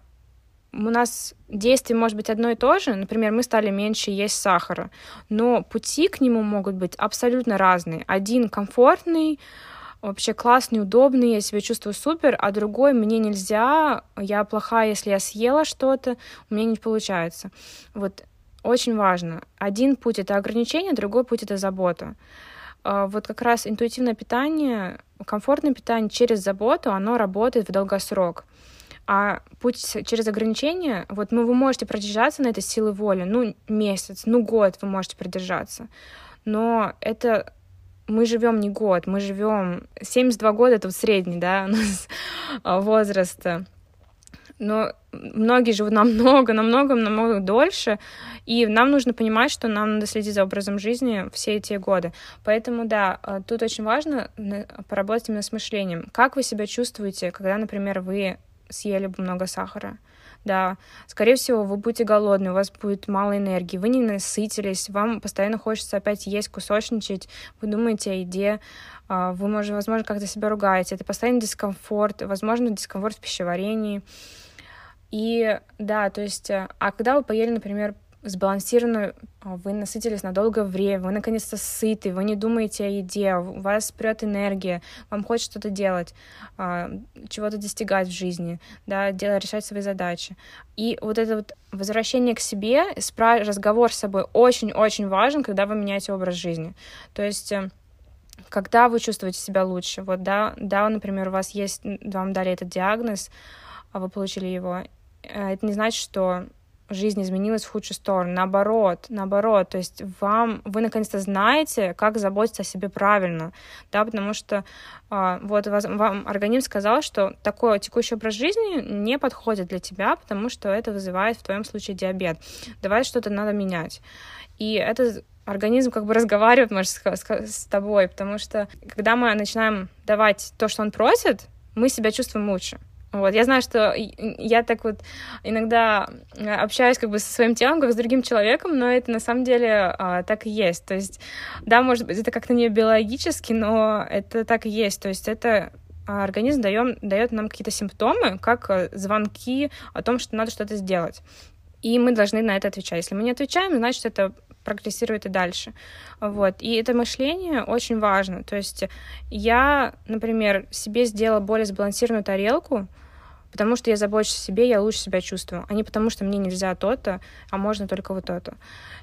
у нас действие может быть одно и то же, например, мы стали меньше есть сахара, но пути к нему могут быть абсолютно разные. Один комфортный, вообще классный, удобный, я себя чувствую супер, а другой мне нельзя, я плохая, если я съела что-то, у меня не получается. Вот очень важно. Один путь — это ограничение, другой путь — это забота. Вот как раз интуитивное питание, комфортное питание через заботу, оно работает в долгосрок. А путь через ограничения, вот ну, вы можете продержаться на этой силе воли, ну, месяц, ну, год вы можете продержаться. Но это мы живем не год, мы живем семьдесят два года, это вот средний, да, у нас возраст. Но многие живут намного, намного, намного дольше, и нам нужно понимать, что нам надо следить за образом жизни все эти годы. Поэтому, да, тут очень важно поработать именно с мышлением. Как вы себя чувствуете, когда, например, вы съели бы много сахара? Да, скорее всего, вы будете голодны, у вас будет мало энергии, вы не насытились, вам постоянно хочется опять есть, кусочничать, вы думаете о еде, вы, может, возможно, как-то себя ругаете, это постоянный дискомфорт, возможно, дискомфорт в пищеварении. И да, то есть, а когда вы поели, например, сбалансированную, вы насытились на долгое время, вы наконец-то сыты, вы не думаете о еде, у вас прет энергия, вам хочется что-то делать, чего-то достигать в жизни, да, делать, решать свои задачи. И вот это вот возвращение к себе, разговор с собой очень-очень важен, когда вы меняете образ жизни. То есть когда вы чувствуете себя лучше, вот, да, да, например, у вас есть, вам дали этот диагноз, а вы получили его, это не значит, что жизнь изменилась в худшую сторону. Наоборот, наоборот. То есть вам, вы наконец-то знаете, как заботиться о себе правильно, да, потому что а, вот вас, вам организм сказал, что такой текущий образ жизни не подходит для тебя, потому что это вызывает в твоем случае диабет. Давай что-то надо менять. И это организм как бы разговаривает, может, с, с тобой, потому что когда мы начинаем давать то, что он просит, мы себя чувствуем лучше. Вот. Я знаю, что я так вот иногда общаюсь как бы со своим телом, как с другим человеком, но это на самом деле а, так и есть. То есть, да, может быть, это как-то не биологически, но это так и есть. То есть это организм даёт, даёт нам какие-то симптомы, как звонки о том, что надо что-то сделать. И мы должны на это отвечать. Если мы не отвечаем, значит, это прогрессирует и дальше. Вот. И это мышление очень важно. То есть я, например, себе сделала более сбалансированную тарелку, потому что я забочусь о себе, я лучше себя чувствую, а не потому что мне нельзя то-то, а можно только вот то-то.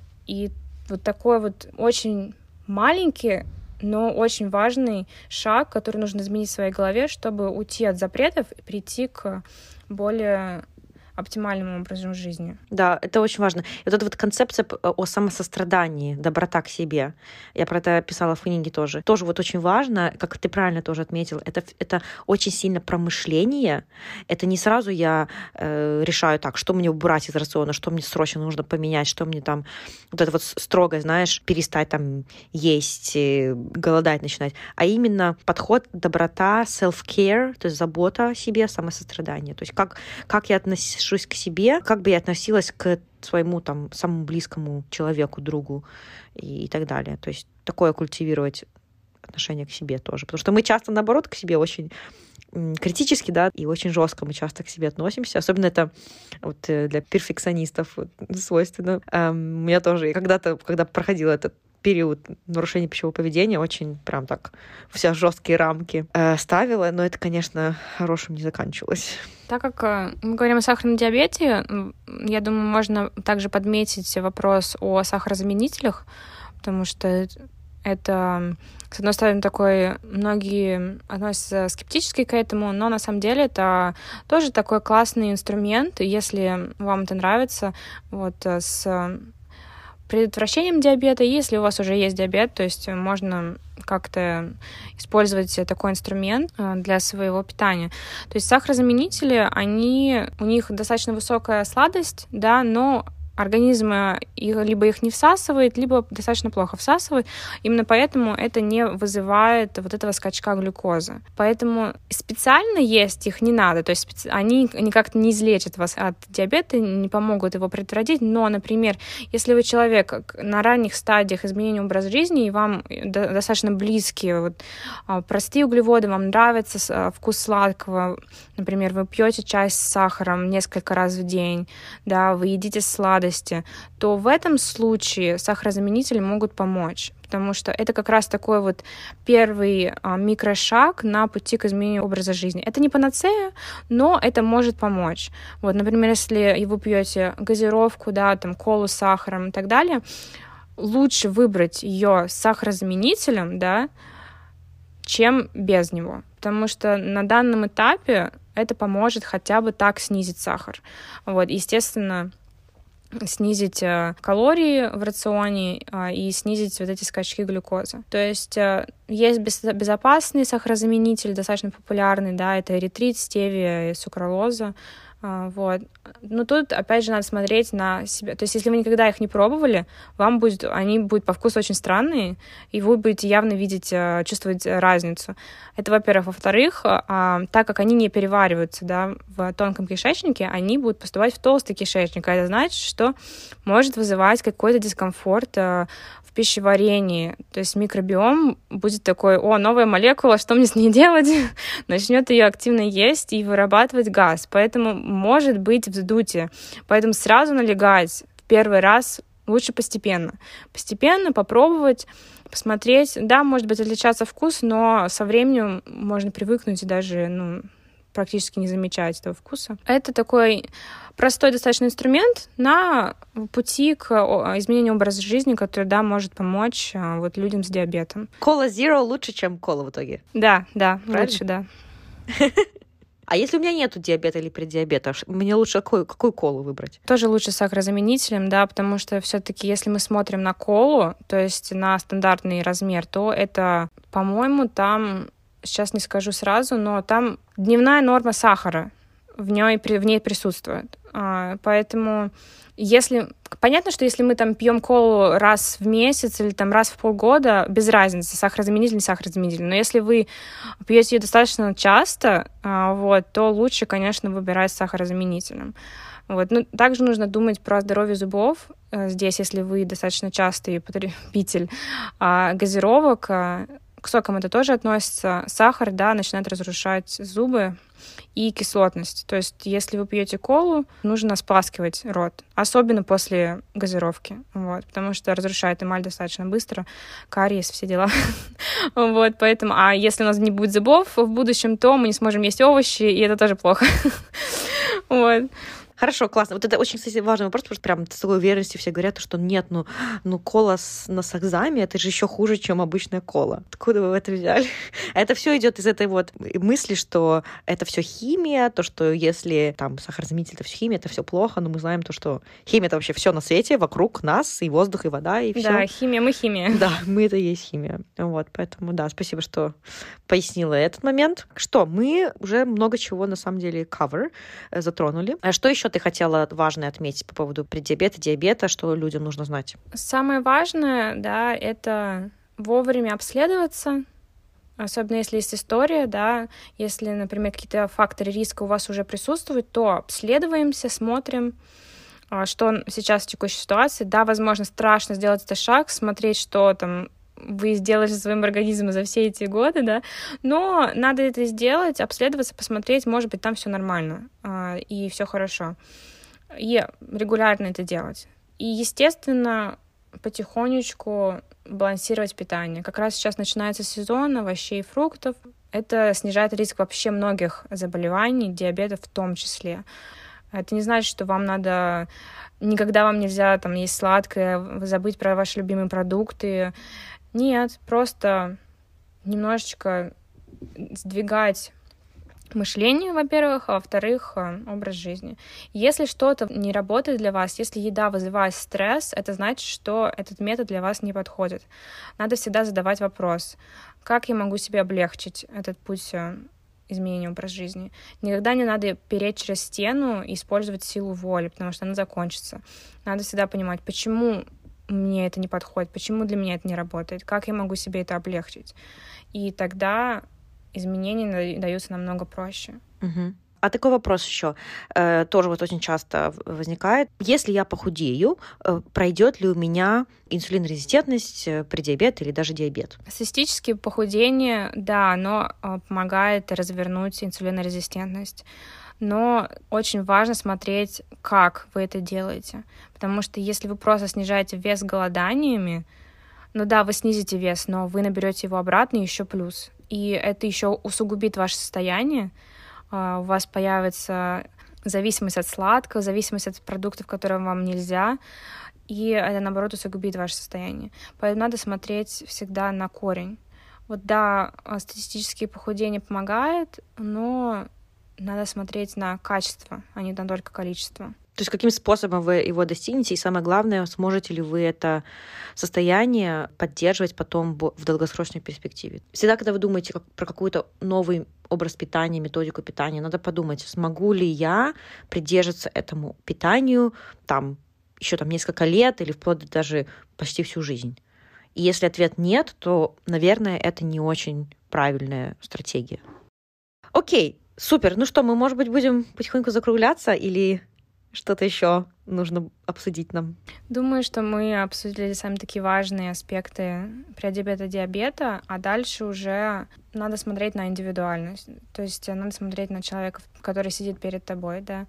И вот такой вот очень маленький, но очень важный шаг, который нужно изменить в своей голове, чтобы уйти от запретов и прийти к более оптимальному образу жизни. Да, это очень важно. И вот эта вот концепция о самосострадании, доброта к себе, я про это писала в книге тоже, тоже вот очень важно, как ты правильно тоже отметил, это, это очень сильно про мышление. Это не сразу я э, решаю так, что мне убрать из рациона, что мне срочно нужно поменять, что мне там вот это вот строго, знаешь, перестать там есть, голодать начинать, а именно подход доброта, self-care, то есть забота о себе, самосострадание. То есть как, как я отношусь к себе, как бы я относилась к своему там самому близкому человеку, другу и, и так далее. То есть такое культивировать отношение к себе тоже. Потому что мы часто, наоборот, к себе очень критически, да, и очень жестко мы часто к себе относимся. Особенно это вот для перфекционистов свойственно. Эм, я тоже когда-то, когда проходила этот период нарушения пищевого поведения, очень прям так вся жесткие рамки э, ставила, но это, конечно, хорошим не заканчивалось. Так как э, мы говорим о сахарном диабете, я думаю, можно также подметить вопрос о сахарозаменителях, потому что это, с одной стороны, такой, многие относятся скептически к этому, но на самом деле это тоже такой классный инструмент, и если вам это нравится, вот с предотвращением диабета, если у вас уже есть диабет, то есть можно как-то использовать такой инструмент для своего питания. То есть сахарозаменители, они, у них достаточно высокая сладость, да, но организм их, либо их не всасывает, либо достаточно плохо всасывает. Именно поэтому это не вызывает вот этого скачка глюкозы. Поэтому специально есть их не надо. То есть специ... они никак не излечат вас от диабета, не помогут его предотвратить. Но, например, если вы человек на ранних стадиях изменения образа жизни, и вам достаточно близкие вот, простые углеводы, вам нравится вкус сладкого, например, вы пьете чай с сахаром несколько раз в день, да, вы едите сладости, то в этом случае сахарозаменители могут помочь, потому что это как раз такой вот первый а, микрошаг на пути к изменению образа жизни. Это не панацея, но это может помочь. Вот, например, если вы пьете газировку, да, там, колу с сахаром и так далее, лучше выбрать ее с сахарозаменителем, да, чем без него, потому что на данном этапе это поможет хотя бы так снизить сахар. Вот, естественно, снизить калории в рационе и снизить вот эти скачки глюкозы. То есть есть безопасный сахарозаменитель, достаточно популярный, да, это эритрит, стевия и сукралоза. Вот. Но тут, опять же, надо смотреть на себя. То есть, если вы никогда их не пробовали, вам будет, они будут по вкусу очень странные, и вы будете явно видеть, чувствовать разницу. Это, во-первых. Во-вторых, так как они не перевариваются, да, в тонком кишечнике, они будут поступать в толстый кишечник. А это значит, что может вызывать какой-то дискомфорт в пищеварении. То есть микробиом будет такой: о, новая молекула, что мне с ней делать? Начнет ее активно есть и вырабатывать газ. Поэтому может быть вздутие. Поэтому сразу налегать в первый раз лучше постепенно. Постепенно попробовать, посмотреть. Да, может быть, отличаться вкус, но со временем можно привыкнуть и даже, ну, практически не замечать этого вкуса. Это такой простой достаточно инструмент на пути к изменению образа жизни, который, да, может помочь вот людям с диабетом. Кола Zero лучше, чем кола в итоге? Да, да, правильно? Лучше, да. А если у меня нету диабета или преддиабета, мне лучше какую, какую колу выбрать? Тоже лучше с сахарозаменителем, да, потому что все-таки, если мы смотрим на колу, то есть на стандартный размер, то это, по-моему, там, сейчас не скажу сразу, но там дневная норма сахара в ней, в ней присутствует. Поэтому если... Понятно, что если мы там пьем колу раз в месяц или там раз в полгода, без разницы, сахарозаменитель, не сахарозаменитель. Но если вы пьете ее достаточно часто, вот, то лучше, конечно, выбирать с сахарозаменителем. Вот. Ну, также нужно думать про здоровье зубов. Здесь, если вы достаточно частый потребитель газировок, к сокам это тоже относится. Сахар, да, начинает разрушать зубы и кислотность. То есть, если вы пьете колу, нужно споласкивать рот, особенно после газировки, вот, потому что разрушает эмаль достаточно быстро, кариес, все дела. Вот, поэтому, а если у нас не будет зубов в будущем, то мы не сможем есть овощи, и это тоже плохо. Вот. Хорошо, классно. Вот это очень, кстати, важный вопрос, потому что прям с такой уверенностью все говорят, что нет, ну, ну кола с носогзами, это же еще хуже, чем обычная кола. Откуда вы это взяли? Это все идет из этой вот мысли, что это все химия, то, что если там сахарозаменитель, это все химия, это все плохо, но мы знаем то, что химия — это вообще все на свете, вокруг нас, и воздух, и вода, и все. Да, химия, мы химия. Да, мы — это и есть химия. Вот, поэтому, да, спасибо, что пояснила этот момент. Что, мы уже много чего, на самом деле, cover, затронули. А что еще ты хотела важное отметить по поводу преддиабета, диабета, что людям нужно знать? Самое важное, да, это вовремя обследоваться, особенно если есть история, да, если, например, какие-то факторы риска у вас уже присутствуют, то обследуемся, смотрим, что сейчас в текущей ситуации. Да, возможно, страшно сделать этот шаг, смотреть, что там вы сделали со своим организмом за все эти годы, да, но надо это сделать, обследоваться, посмотреть, может быть, там все нормально, и все хорошо. И регулярно это делать. И, естественно, потихонечку балансировать питание. Как раз сейчас начинается сезон овощей и фруктов. Это снижает риск вообще многих заболеваний, диабета в том числе. Это не значит, что вам надо... Никогда вам нельзя там есть сладкое, забыть про ваши любимые продукты. Нет, просто немножечко сдвигать мышление, во-первых, а во-вторых, образ жизни. Если что-то не работает для вас, если еда вызывает стресс, это значит, что этот метод для вас не подходит. Надо всегда задавать вопрос, как я могу себе облегчить этот путь изменения образа жизни. Никогда не надо переть через стену и использовать силу воли, потому что она закончится. Надо всегда понимать, почему мне это не подходит, почему для меня это не работает, как я могу себе это облегчить. И тогда изменения даются намного проще. Угу. А такой вопрос еще э, тоже вот очень часто возникает. Если я похудею, э, пройдет ли у меня инсулинорезистентность, э, преддиабет или даже диабет? Статистически похудение, да, оно э, помогает развернуть инсулинорезистентность. Но очень важно смотреть, как вы это делаете. Потому что если вы просто снижаете вес голоданиями, ну да, вы снизите вес, но вы наберете его обратно еще плюс. И это еще усугубит ваше состояние. У вас появится зависимость от сладкого, зависимость от продуктов, которые вам нельзя. И это, наоборот, усугубит ваше состояние. Поэтому надо смотреть всегда на корень. Вот да, статистические похудения помогают, но надо смотреть на качество, а не на только количество. То есть каким способом вы его достигнете, и самое главное, сможете ли вы это состояние поддерживать потом в долгосрочной перспективе. Всегда, когда вы думаете как, про какой-то новый образ питания, методику питания, надо подумать, смогу ли я придерживаться этому питанию там еще там несколько лет или вплоть до даже почти всю жизнь. И если ответ нет, то, наверное, это не очень правильная стратегия. Окей, супер. Ну что, мы, может быть, будем потихоньку закругляться или что-то еще нужно обсудить нам? Думаю, что мы обсудили самые такие важные аспекты преддиабета, диабета, а дальше уже надо смотреть на индивидуальность. То есть надо смотреть на человека, который сидит перед тобой, да.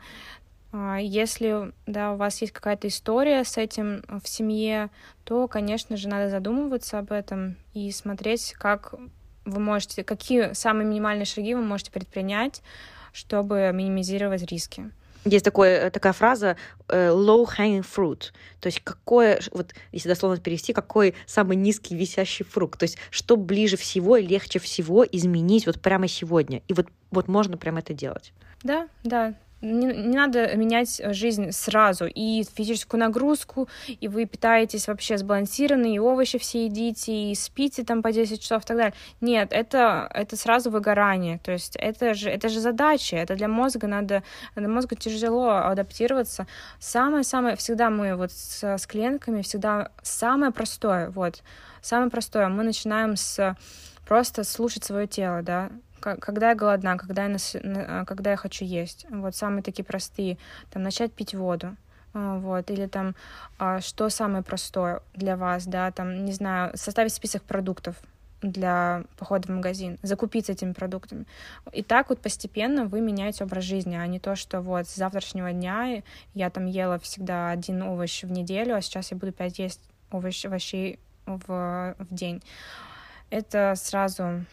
Если, да, у вас есть какая-то история с этим в семье, то, конечно же, надо задумываться об этом и смотреть, как вы можете, какие самые минимальные шаги вы можете предпринять, чтобы минимизировать риски. Есть такое, такая фраза low hanging fruit, то есть какое, вот если дословно перевести, какой самый низкий висящий фрукт, то есть что ближе всего и легче всего изменить вот прямо сегодня. И вот, вот можно прямо это делать. Да, да. Не, не надо менять жизнь сразу, и физическую нагрузку, и вы питаетесь вообще сбалансированно, и овощи все едите, и спите там по десять часов и так далее. Нет, это, это сразу выгорание, то есть это же, это же задача, это для мозга надо, для мозга тяжело адаптироваться. Самое-самое, всегда мы вот с, с клиентками, всегда самое простое, вот, самое простое, мы начинаем с просто слушать свое тело, да, когда я голодна, когда я, нас... когда я хочу есть. Вот самые такие простые. Там, начать пить воду. Вот. Или там, что самое простое для вас, да, там, не знаю, составить список продуктов для похода в магазин, закупиться этими продуктами. И так вот постепенно вы меняете образ жизни, а не то, что вот с завтрашнего дня я там ела всегда один овощ в неделю, а сейчас я буду пять есть овощ... овощей в... в день. Это сразу...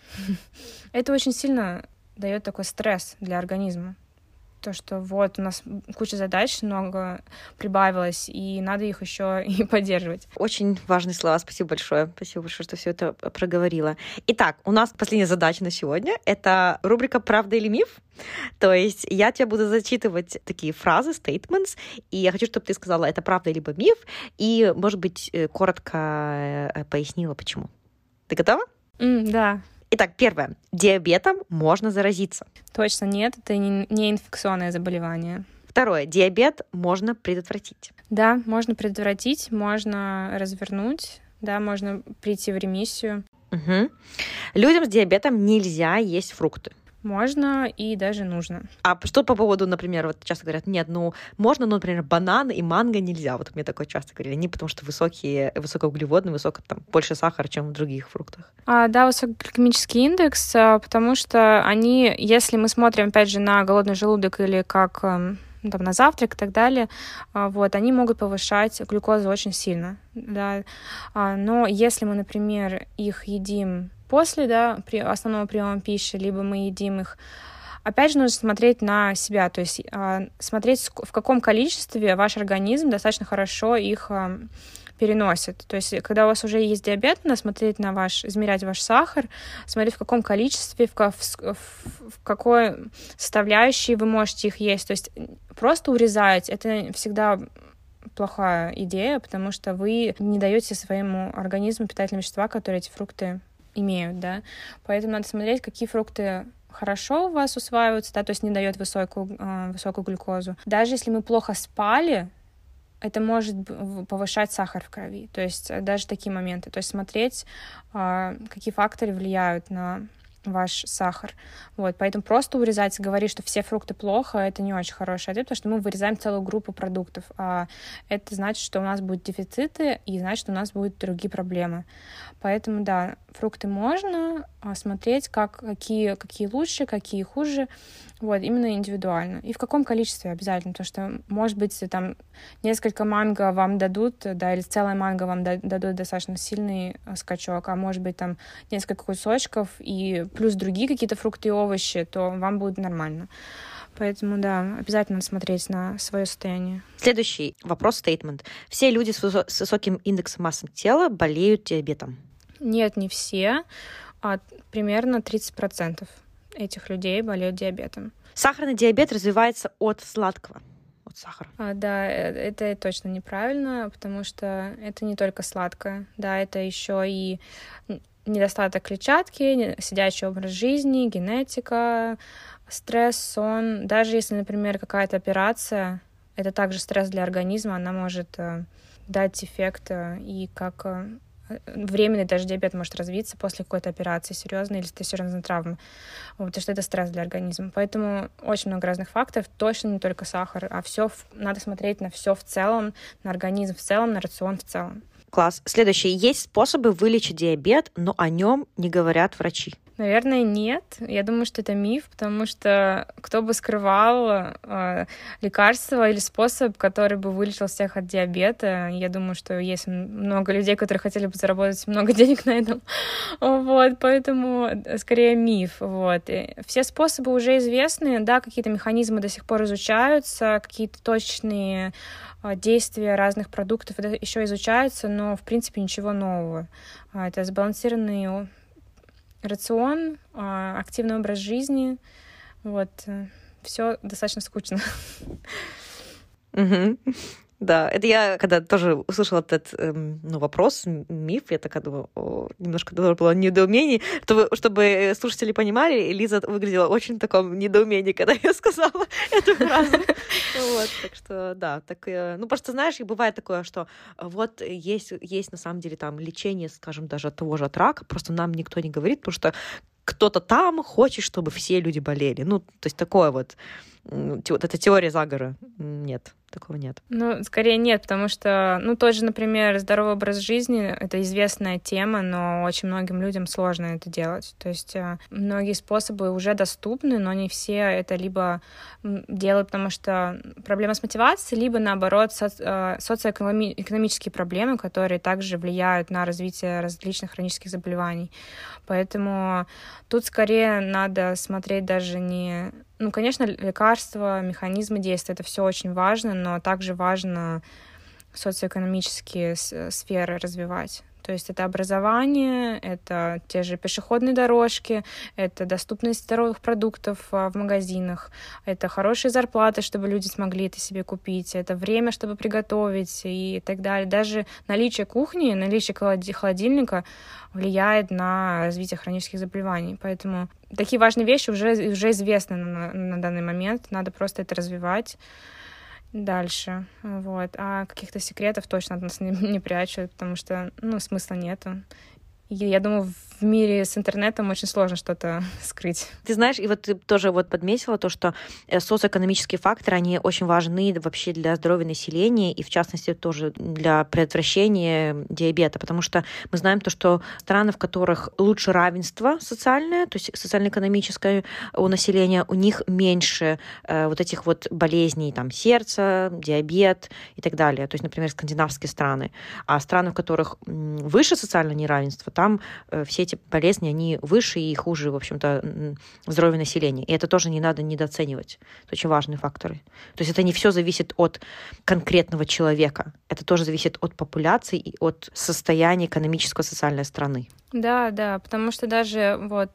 это очень сильно дает такой стресс для организма. То, что вот у нас куча задач, много прибавилось, и надо их еще и поддерживать. Очень важные слова. Спасибо большое. Спасибо большое, что все это проговорила. Итак, у нас последняя задача на сегодня. Это рубрика «Правда или миф?». То есть я тебе буду зачитывать такие фразы, statements, и я хочу, чтобы ты сказала, это правда либо миф, и, может быть, коротко пояснила, почему. Ты готова? Mm, да. Итак, первое. Диабетом можно заразиться. Точно нет, это не, не инфекционное заболевание. Второе. Диабет можно предотвратить. Да, можно предотвратить, можно развернуть, да, можно прийти в ремиссию. Угу. Людям с диабетом нельзя есть фрукты. Можно и даже нужно. А что по поводу, например, вот часто говорят, нет, ну, можно, но, например, бананы и манго нельзя. Вот мне такое часто говорили. Они потому что высокие, высокоуглеводные, высоко, там, больше сахара, чем в других фруктах. А, да, высокогликемический индекс, потому что они, если мы смотрим, опять же, на голодный желудок или как там, на завтрак и так далее, вот, они могут повышать глюкозу очень сильно. Да. Но если мы, например, их едим после, да, при основного приема пищи, либо мы едим их, опять же, нужно смотреть на себя, то есть э, смотреть, в каком количестве ваш организм достаточно хорошо их э, переносит. То есть, когда у вас уже есть диабет, надо смотреть на ваш, измерять ваш сахар, смотреть, в каком количестве, в, в, в какой составляющей вы можете их есть. То есть, просто урезать — это всегда плохая идея, потому что вы не даете своему организму питательные вещества, которые эти фрукты имеют, да, поэтому надо смотреть, какие фрукты хорошо у вас усваиваются, да, то есть не дает высокую, э, высокую глюкозу. Даже если мы плохо спали, это может повышать сахар в крови, то есть даже такие моменты, то есть смотреть, э, какие факторы влияют на ваш сахар. Вот, поэтому просто урезать, говорить, что все фрукты плохо, это не очень хороший ответ, потому что мы вырезаем целую группу продуктов, а это значит, что у нас будут дефициты, и значит, у нас будут другие проблемы. Поэтому, да, фрукты можно смотреть, как, какие, какие лучше, какие хуже, вот, именно индивидуально. И в каком количестве обязательно, потому что, может быть, там несколько манго вам дадут, да, или целая манго вам дадут достаточно сильный скачок, а может быть, там несколько кусочков и плюс другие какие-то фрукты и овощи, то вам будет нормально. Поэтому, да, обязательно надо смотреть на свое состояние. Следующий вопрос, стейтмент. Все люди с, высо- с высоким индексом массы тела болеют диабетом? Нет, не все, а примерно тридцать процентов этих людей болеют диабетом. Сахарный диабет развивается от сладкого, от сахара. А, да, это точно неправильно, потому что это не только сладкое, да, это еще и недостаток клетчатки, сидячий образ жизни, генетика, стресс, сон. Даже если, например, какая-то операция, это также стресс для организма, она может э, дать эффект, э, и как э, временный даже диабет может развиться после какой-то операции серьезной или серьезной травмы, вот, потому что это стресс для организма. Поэтому очень много разных факторов, точно не только сахар, а все надо смотреть на все в целом, на организм в целом, на рацион в целом. Класс. Следующий. Есть способы вылечить диабет, но о нем не говорят врачи. Наверное, нет. Я думаю, что это миф, потому что кто бы скрывал э, лекарство или способ, который бы вылечил всех от диабета. Я думаю, что есть много людей, которые хотели бы заработать много денег на этом. Вот, поэтому скорее миф. Вот. И все способы уже известны, да, какие-то механизмы до сих пор изучаются, какие-то точные действия разных продуктов это еще изучаются, но в принципе ничего нового. Это сбалансированный рацион, активный образ жизни, вот, все достаточно скучно. Угу. Да, это я, когда тоже услышала этот эм, ну, вопрос, миф, я такая думаю, о, немножко тоже было недоумение. Чтобы, чтобы слушатели понимали, Лиза выглядела очень в таком недоумении, когда я сказала эту фразу. Вот, так что, да, так, ну, просто, знаешь, и бывает такое, что вот есть, есть на самом деле там лечение, скажем, даже от того же от рака, просто нам никто не говорит, потому что кто-то там хочет, чтобы все люди болели. Ну, то есть такое вот, вот эта теория заговора. Нет, такого нет. Ну, скорее нет, потому что, ну, тот же, например, здоровый образ жизни — это известная тема, но очень многим людям сложно это делать. То есть многие способы уже доступны, но не все это либо делают, потому что проблема с мотивацией, либо, наоборот, соци- социоэкономические проблемы, которые также влияют на развитие различных хронических заболеваний. Поэтому тут скорее надо смотреть даже не... Ну, конечно, лекарства, механизмы действия — это все очень важно, но также важно социоэкономические сферы развивать. То есть это образование, это те же пешеходные дорожки, это доступность здоровых продуктов в магазинах, это хорошие зарплаты, чтобы люди смогли это себе купить, это время, чтобы приготовить и так далее. Даже наличие кухни, наличие холодильника влияет на развитие хронических заболеваний. Поэтому такие важные вещи уже, уже известны на, на данный момент, надо просто это развивать дальше, вот. А каких-то секретов точно от нас не, не прячут, потому что, ну, смысла нету. И я думаю, в мире с интернетом очень сложно что-то скрыть. Ты знаешь, и вот ты тоже вот подметила то, что социоэкономические факторы, они очень важны вообще для здоровья населения и, в частности, тоже для предотвращения диабета, потому что мы знаем то, что страны, в которых лучше равенство социальное, то есть социально-экономическое у населения, у них меньше э, вот этих вот болезней, там, сердца, диабет и так далее. То есть, например, скандинавские страны. А страны, в которых выше социальное неравенство, там э, все эти болезни, они выше и хуже, в общем-то, здоровья населения. И это тоже не надо недооценивать. Это очень важные факторы. То есть это не все зависит от конкретного человека. Это тоже зависит от популяции и от состояния экономического социальной страны. Да, да, потому что даже вот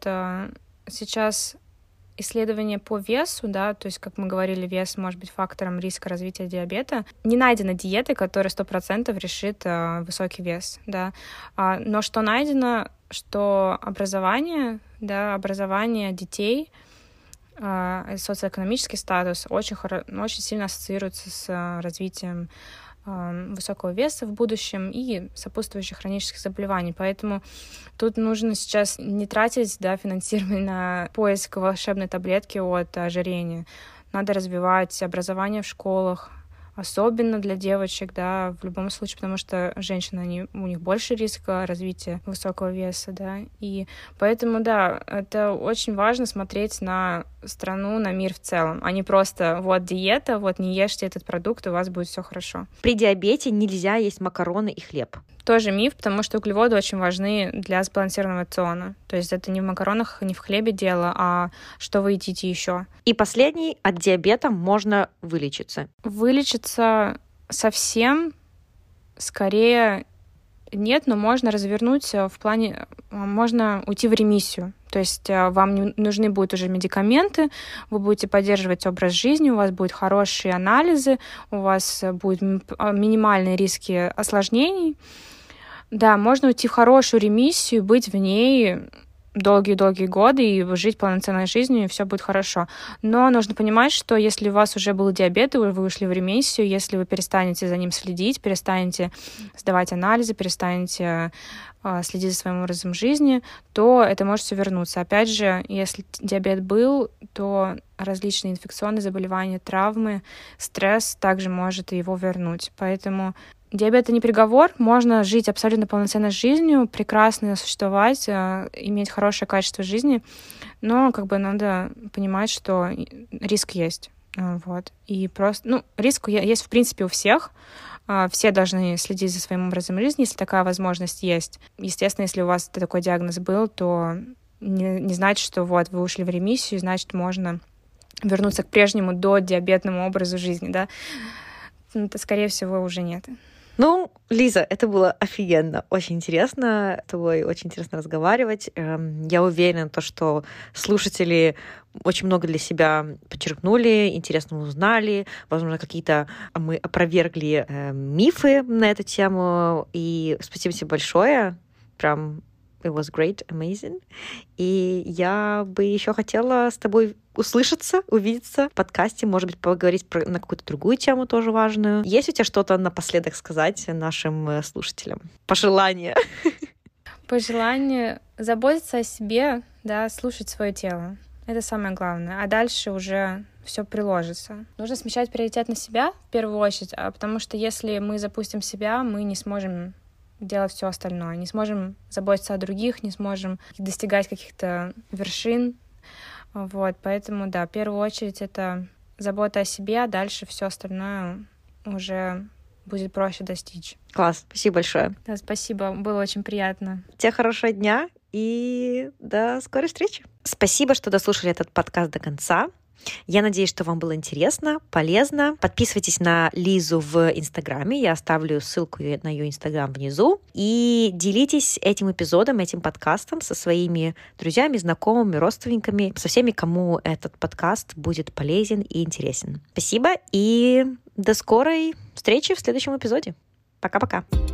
сейчас исследования по весу, да, то есть, как мы говорили, вес может быть фактором риска развития диабета. Не найдена диеты, которая сто процентов решит э, высокий вес, да. А, но что найдено, что образование, да, образование детей, э, социоэкономический статус очень, хоро- очень сильно ассоциируется с развитием высокого веса в будущем и сопутствующих хронических заболеваний. Поэтому тут нужно сейчас не тратить, да, финансирование на поиск волшебной таблетки от ожирения. Надо развивать образование в школах, особенно для девочек, да, в любом случае, потому что женщины, они, у них больше риска развития высокого веса, да, и поэтому, да, это очень важно смотреть на страну, на мир в целом, а не просто вот диета, вот не ешьте этот продукт, и у вас будет все хорошо. При диабете нельзя есть макароны и хлеб. Тоже миф, потому что углеводы очень важны для сбалансированного рациона. То есть это не в макаронах, не в хлебе дело, а что вы едите еще. И последний, от диабета можно вылечиться. Вылечиться совсем скорее нет, но можно развернуть в плане, можно уйти в ремиссию. То есть вам не нужны будут уже медикаменты, вы будете поддерживать образ жизни, у вас будут хорошие анализы, у вас будут минимальные риски осложнений. Да, можно уйти в хорошую ремиссию, быть в ней долгие-долгие годы и жить полноценной жизнью, и все будет хорошо. Но нужно понимать, что если у вас уже был диабет, и вы вышли в ремиссию, если вы перестанете за ним следить, перестанете сдавать анализы, перестанете э, следить за своим образом жизни, то это может все вернуться. Опять же, если диабет был, то различные инфекционные заболевания, травмы, стресс также может его вернуть. Поэтому диабет — это не приговор, можно жить абсолютно полноценной жизнью, прекрасно существовать, иметь хорошее качество жизни, но как бы надо понимать, что риск есть. Вот. И просто, ну, риск есть, в принципе, у всех. Все должны следить за своим образом жизни, если такая возможность есть. Естественно, если у вас такой диагноз был, то не, не значит, что вот вы ушли в ремиссию, значит, можно вернуться к прежнему додиабетному образу жизни, да. Это, скорее всего, уже нет. Ну, Лиза, это было офигенно, очень интересно, с тобой очень интересно разговаривать. Я уверена, то, что слушатели очень много для себя подчеркнули, интересно узнали, возможно, какие-то мы опровергли э, мифы на эту тему. И спасибо тебе большое, прям it was great, amazing. И я бы еще хотела с тобой услышаться, увидеться в подкасте, может быть, поговорить про, на какую-то другую тему тоже важную. Есть у тебя что-то напоследок сказать нашим слушателям? Пожелания? Пожелание заботиться о себе, да, слушать свое тело. Это самое главное. А дальше уже все приложится. Нужно смещать приоритет на себя в первую очередь, а потому что если мы запустим себя, мы не сможем делать все остальное, не сможем заботиться о других, не сможем достигать каких-то вершин. Вот, поэтому, да, в первую очередь это забота о себе, а дальше все остальное уже будет проще достичь. Класс, спасибо большое. Да, спасибо, было очень приятно. Тебе хорошего дня и до скорой встречи. Спасибо, что дослушали этот подкаст до конца. Я надеюсь, что вам было интересно, полезно. Подписывайтесь на Лизу в Инстаграме. Я оставлю ссылку на ее Инстаграм внизу. И делитесь этим эпизодом, этим подкастом со своими друзьями, знакомыми, родственниками, со всеми, кому этот подкаст будет полезен и интересен. Спасибо и до скорой встречи в следующем эпизоде. Пока-пока.